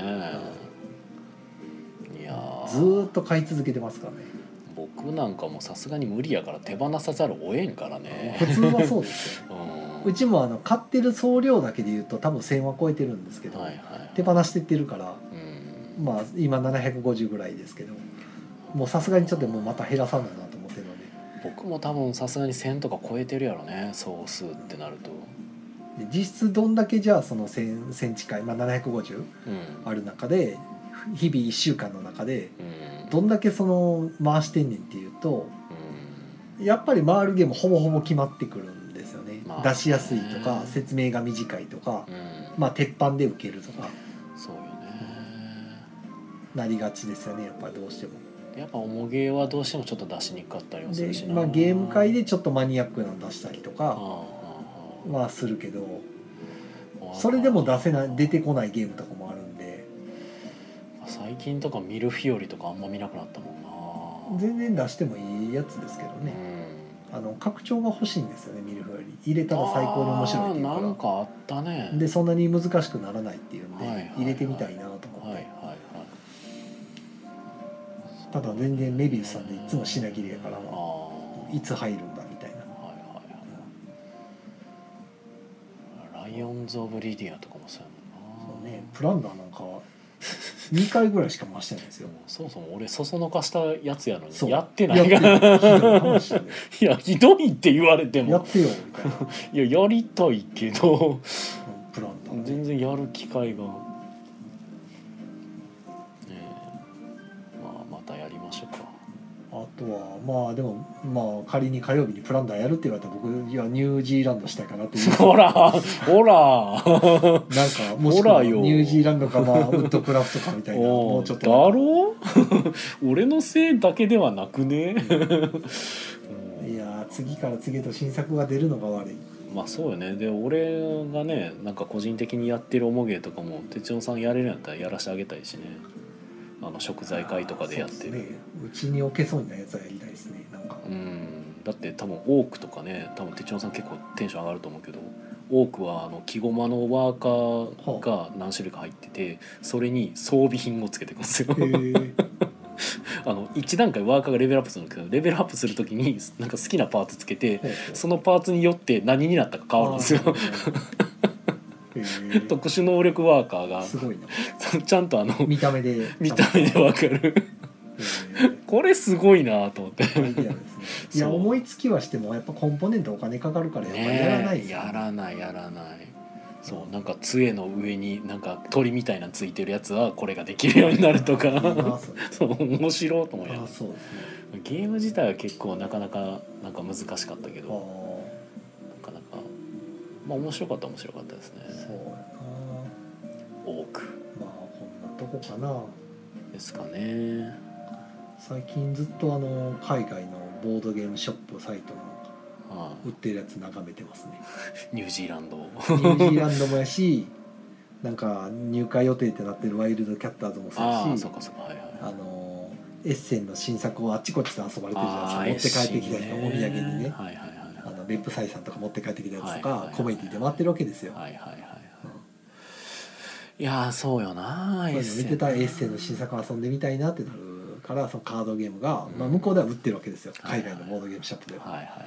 いやーずーっと買い続けてますからね。 僕なんかもさすがに無理やから手放さざるを得んからね。 普通はそうですようんうちもあの買ってる総量だけで言うと多分せんは超えてるんですけど、 はいはい、 手放してってるからうんまあ今ななひゃくごじゅうぐらいですけどもうさすがにちょっともうまた減らさないなと思ってるので僕も多分さすがにせんとか超えてるやろね総数ってなると。 で実質どんだけじゃあその せん, せん近い、まあ、ななひゃくごじゅううんある中で日々いっしゅうかんの中でうんどんだけその回してんねんっていうとうんやっぱり回るゲームほぼほぼ決まってくるんですよね、 まあ出しやすいとか説明が短いとか、 うんまあ鉄板で受けるとかそうよね。 なりがちですよねやっぱりどうしても。 やっぱ重ゲーはどうしてもちょっと出しにくかったりもすでるし、な、 まあ、ゲーム界でちょっとマニアックなの出したりとかあああはするけどあああそれでも出せない出てこないゲームとかもあるんで最近とかミルフィオリとかあんま見なくなったもんな。 全然出してもいいやつですけどね、あの拡張が欲しいんですよね見るより入れたら最高に面白いっていうあーなんかかあったね。 らでそんなに難しくならないっていうんで、 はいはいはい入れてみたいなと思って、 はいはいはい。 ただ全然メビウスさんでいつも品切れやからああいつ入るんだみたいな、 はいはいはい。ライオンズ・オブ・リディアとかもそうやもんな。 そうね、プランナーなんかにかいぐらいしか回してないんですよ。 そもそも俺そそのかしたやつやのそうにやってないやからってるひどい話でいやひどいって言われてもやってよみたいな、 いややりたいけどプランナーね全然やる機会がねえ、まあまたやりましょうか。 あとはまあでもまあ仮に火曜日にプランダーやるって言われたら僕いやニュージーランドしたいかなっていうほらほらなんかもしくはほらよニュージーランドかまあウッドクラフトかみたいなもおうちょっとだろう俺のせいだけではなくねいや次から次へと新作が出るのが悪い。 まあそうよね。で俺がねなんか個人的にやってるおもげとかも哲夫さんやれるんやったらやらせてあげたいしね。あの食材会とかでやってる。 そうですね、うちに置けそうなやつはやりたいですねなんか。 うんだって多分オークとかね多分哲夫さん結構テンション上がると思うけどオークはあの木駒のワーカーが何種類か入っててそれに装備品をつけていくんですよ。 へーあのいち段階ワーカーがレベルアップするんだけどレベルアップするときになんか好きなパーツつけてほうほうそのパーツによって何になったか変わるんですよ。 あーへー特殊能力ワーカーがすごいなちゃんとあの見た目で見た目でわかるへーこれすごいなと思ってアイデアですね。いやそう思いつきはしてもやっぱコンポーネントお金かかるからやっぱりやらないですよねやらないやらないそうなんか杖の上になんか鳥みたいなついてるやつはこれができるようになるとかあーそうそう面白いと思うよあーそうですね。 ゲーム自体は結構なかなかなんか難しかったけあどーなかなかまあ面白かった面白かったですね。 そうやな。 多くまあこんなとこかな。 ですかね。 最近ずっとあの海外のボードゲームショップサイトのあ売ってるやつ眺めてますね。 あニュージーランドニュージーランドもやし、なんか入会予定ってなってるワイルドキャッターズもそうああやし、 そうかそうかはいはいあのエッセンの新作をあっちこっちで遊ばれてるじゃないですか。持って帰ってきたりとかお土産にね、 はいはいはいあのレップサイさんとか持って帰ってきたやつとはいはいはいはいかコメディで回ってるわけですよ。 はいはいはいはいいやーそうよなこういうの見てたらエッセンのン新作遊んでみたいなってなるからそのカードゲームが、まあ、向こうでは売ってるわけですよ、海外のボードゲームショップでは、はいはいはい、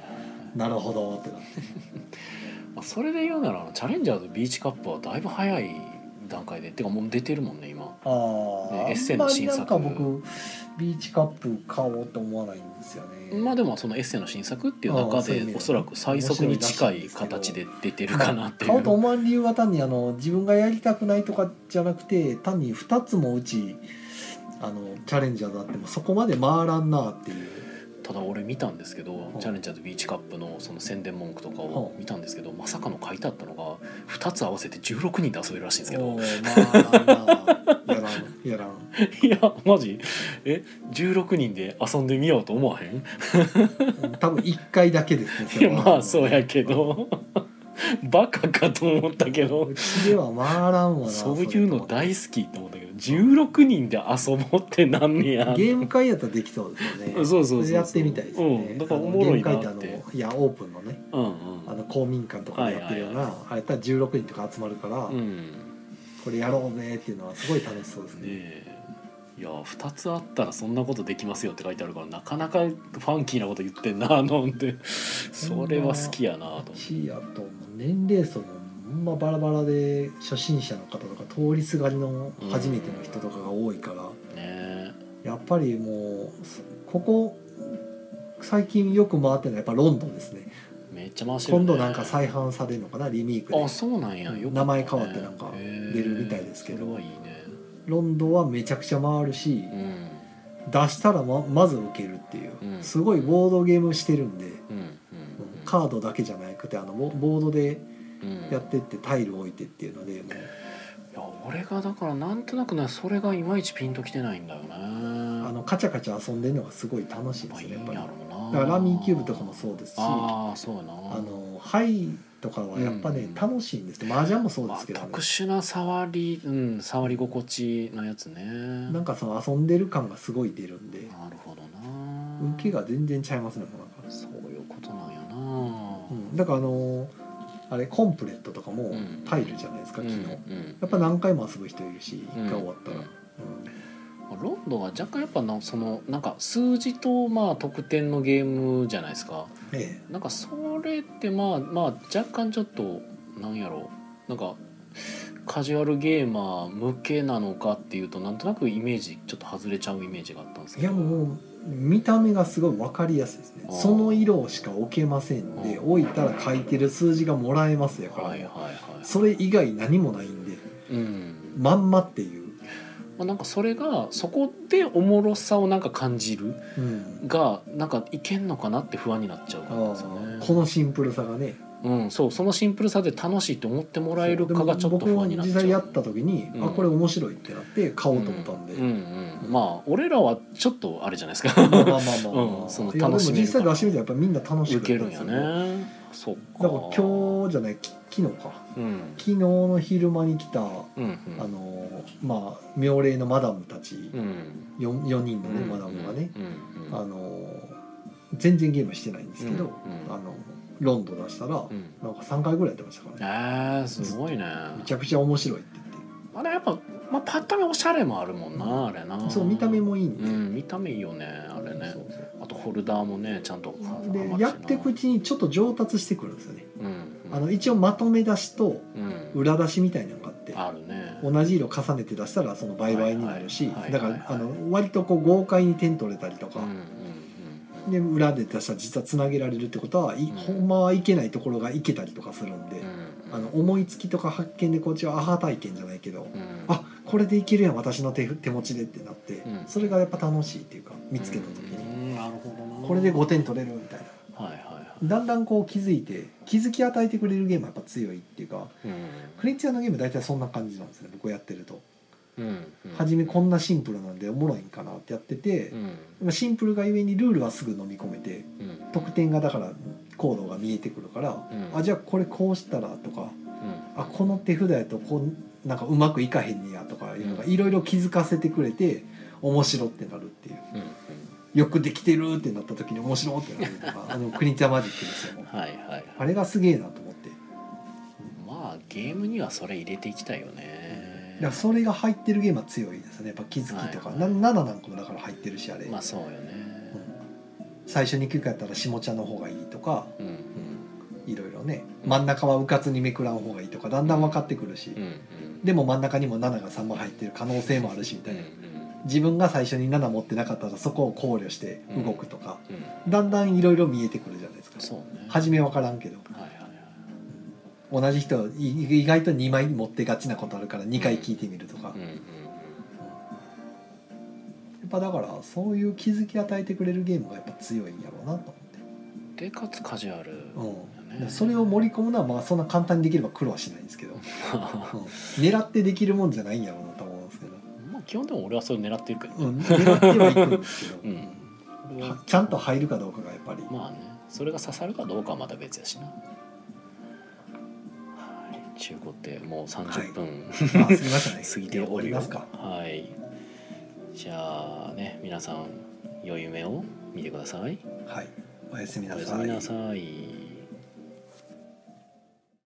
なるほどってなってまあそれで言うならチャレンジャーズビーチカップはだいぶ早い段階でてかもう出てるもんね今。 ああ、エッセイの新作。あんまりなんか僕ビーチカップ買おうと思わないんですよね。 まあでもそのエッセイの新作っていう中でおそらく最速に近い形で出てるかなっていう。 買おうと思わん理由は単にあの自分がやりたくないとかじゃなくて、単にふたつもうちあのチャレンジャーだってもそこまで回らんなっていう。 ただ俺見たんですけど、チャレンジャーズビーチカップのその宣伝文句とかを見たんですけど、まさかの書いてあったのがふたつ合わせてじゅうろくにんで遊べるらしいんですけど、 まあまあやらんやらんいやマジえじゅうろくにんで遊んでみようと思わへん多分いっかいだけですね。 いやまあそうやけどバカかと思ったけど、 うちでは回らんわな。 そういうの大好きって思ったけど、じゅうろくにんで遊ぼうってなんねや。 ゲーム会やったらできそうですよね。 そうそうそうそう、 やってみたいですね、 うん、だからおもろいなって。 ゲーム会ってあのいやオープンのね、うんうん、あの公民館とかでやってるような、はいはいはい、あれやったらじゅうろくにんとか集まるから、うん、これやろうねっていうのはすごい楽しそうですね。ね、 いやふたつあったらそんなことできますよって書いてあるから、なかなかファンキーなこと言ってんななんてそれは好きやなと思って。 うちやと年齢層もほんまバラバラで、初心者の方とか通りすがりの初めての人とかが多いから、ね、やっぱりもうここ最近よく回ってるのはやっぱロンドンですね。 めっちゃ回してるね。 今度なんか再販されるのかな、リミークで。 あ、そうなんや。よかったね。 名前変わってなんか出るみたいですけど、 それはいいね。 ロンドンはめちゃくちゃ回るし、うん、出したら ま, まず受けるっていう、うん、すごいボードゲームしてるんで、うんうんうん、カードだけじゃなくてあのボードでやってってタイル置いてっていうので、もういや俺がだからなんとなくね、それがいまいちピンときてないんだよね。 あのカチャカチャ遊んでるのがすごい楽しいですね、やっぱり。だからラミーキューブとかもそうですし、 ああそうやな、 あのハイとかはやっぱね、うん、楽しいんですね。麻雀もそうですけど、ね、 まあ、特殊な触り、うん、触り心地のやつね。 なんかその遊んでる感がすごい出るんで、 なるほどな、 受けが全然ちゃいますね。もうなんかそういうことなんやな、 うん、だからあのあれコンプレットとかもタイルじゃないですか、昨日、うんうん、やっぱ何回も遊ぶ人いるし、一、うん、回終わったら、うんうん、ロンドンは若干やっぱな、そのなんか数字とまあ得点のゲームじゃないですか、ええ、なんかそれってまあまあ若干ちょっとなんやろう、なんかカジュアルゲーマー向けなのかっていうと、なんとなくイメージちょっと外れちゃうイメージがあったんですけど。 いやもう見た目がすごい分かりやすいですね。その色しか置けませんで、置いたら書いてる数字がもらえますやから、はいはいはい、それ以外何もないんで、うん、まんまっていう、 まあ、なんかそれがそこでおもろさをなんか感じるが、うん、なんかいけんのかなって不安になっちゃうからですよね。 このシンプルさがね、 うん、そう、そのシンプルさで楽しいって思ってもらえるかがちょっと不安になっちゃう。 僕も実際やった時に、うん、あこれ面白いってなって買おうと思ったんで、うんうんうん、まあ俺らはちょっとあれじゃないですか。まあまあまあまあ、うん、その楽しみ実際出してみたらやっぱみんな楽しく受けるんやね。そっか。 だから今日じゃない昨日か、うん、昨日の昼間に来た、うんうん、あのまあ妙齢のマダムたち、うん、よ, よにんのね、うん、マダムがね、うんうん、あの全然ゲームしてないんですけど、うんうん、あのロンドン出したら、うん、なんかさんかいぐらいやってましたからね。えー、すごいね。 めちゃくちゃ面白いって言って。 あれやっぱ、まあ、パッと見おしゃれもあるもんな、うん、あれな。 そう見た目もいいんで、 うん、見た目いいよねあれね。そうそう、あとホルダーもねちゃんとでやっていくうちにちょっと上達してくるんですよね、うんうん、あの一応まとめ出しと裏出しみたいなのがあって、うん、あるね、同じ色重ねて出したらその倍々になるし、だからあの割とこう豪快に点取れたりとか、うんうん、で裏で出したら実はつなげられるってことは、うん、ほんまはいけないところがいけたりとかするんで、うん、あの思いつきとか発見でこっちはアハ体験じゃないけど、うん、あこれでいけるやん私の 手, 手持ちでってなって、うん、それがやっぱ楽しいっていうか見つけた時に、うん、なるほどな、これでごてん取れるみたいな、はいはいはい、だんだんこう気づいて気づき与えてくれるゲームはやっぱ強いっていうか、うん、クリンツィアのゲーム大体そんな感じなんですね、僕やってると。うんうん、初めこんなシンプルなんでおもろいんかなってやってて、うん、シンプルがゆえにルールはすぐ飲み込めて、うん、得点がだからコードが見えてくるから、うん、あじゃあこれこうしたらとか、うん、あこの手札やとこうなんかうまくいかへんねやとかいうのがいろいろ気づかせてくれて面白ってなるっていう、うんうん、よくできてるってなった時に面白ってなるとかあのクリンツィアマジックですよはい、はい、あれがすげえなと思って、 まあゲームにはそれ入れていきたいよね。 だからそれが入ってるゲームは強いですね。やっぱ気づきとか、はいはい、なななんかもだから入ってるしあれ。 まあそうよね。 うん、最初にきゅうかやったら下茶の方がいいとか、うんうん、いろいろね、真ん中はうかつにめくらん方がいいとかだんだん分かってくるし、うんうん、でも真ん中にもなながさんまい入ってる可能性もあるしみたいな。うんうん、自分が最初になな持ってなかったらそこを考慮して動くとか、うんうん、だんだんいろいろ見えてくるじゃないですか。そうね、初め分からんけど、はいはいはい、同じ人意外とにまい持ってがちなことあるからにかい聞いてみるとか、うんうんうんうん、やっぱだからそういう気づき与えてくれるゲームがやっぱ強いんやろうなと思って。 でかつカジュアル、 うん、それを盛り込むのはまあそんな簡単にできれば苦労はしないんですけど、うん、狙ってできるもんじゃないんやろうなと思うんですけど、 まあ、基本でも俺はそれ狙ってるけど、ね、うん、 狙ってはいくんですけど、うん、ちゃんと入るかどうかがやっぱりまあね、それが刺さるかどうかはまた別やしな。中古ってもうさんじゅっぷん、はい、あ過ぎましたね過ぎておりますか。はい、じゃあね皆さん良い夢を見てください。 はい、おやすみなさい。 おやすみなさい。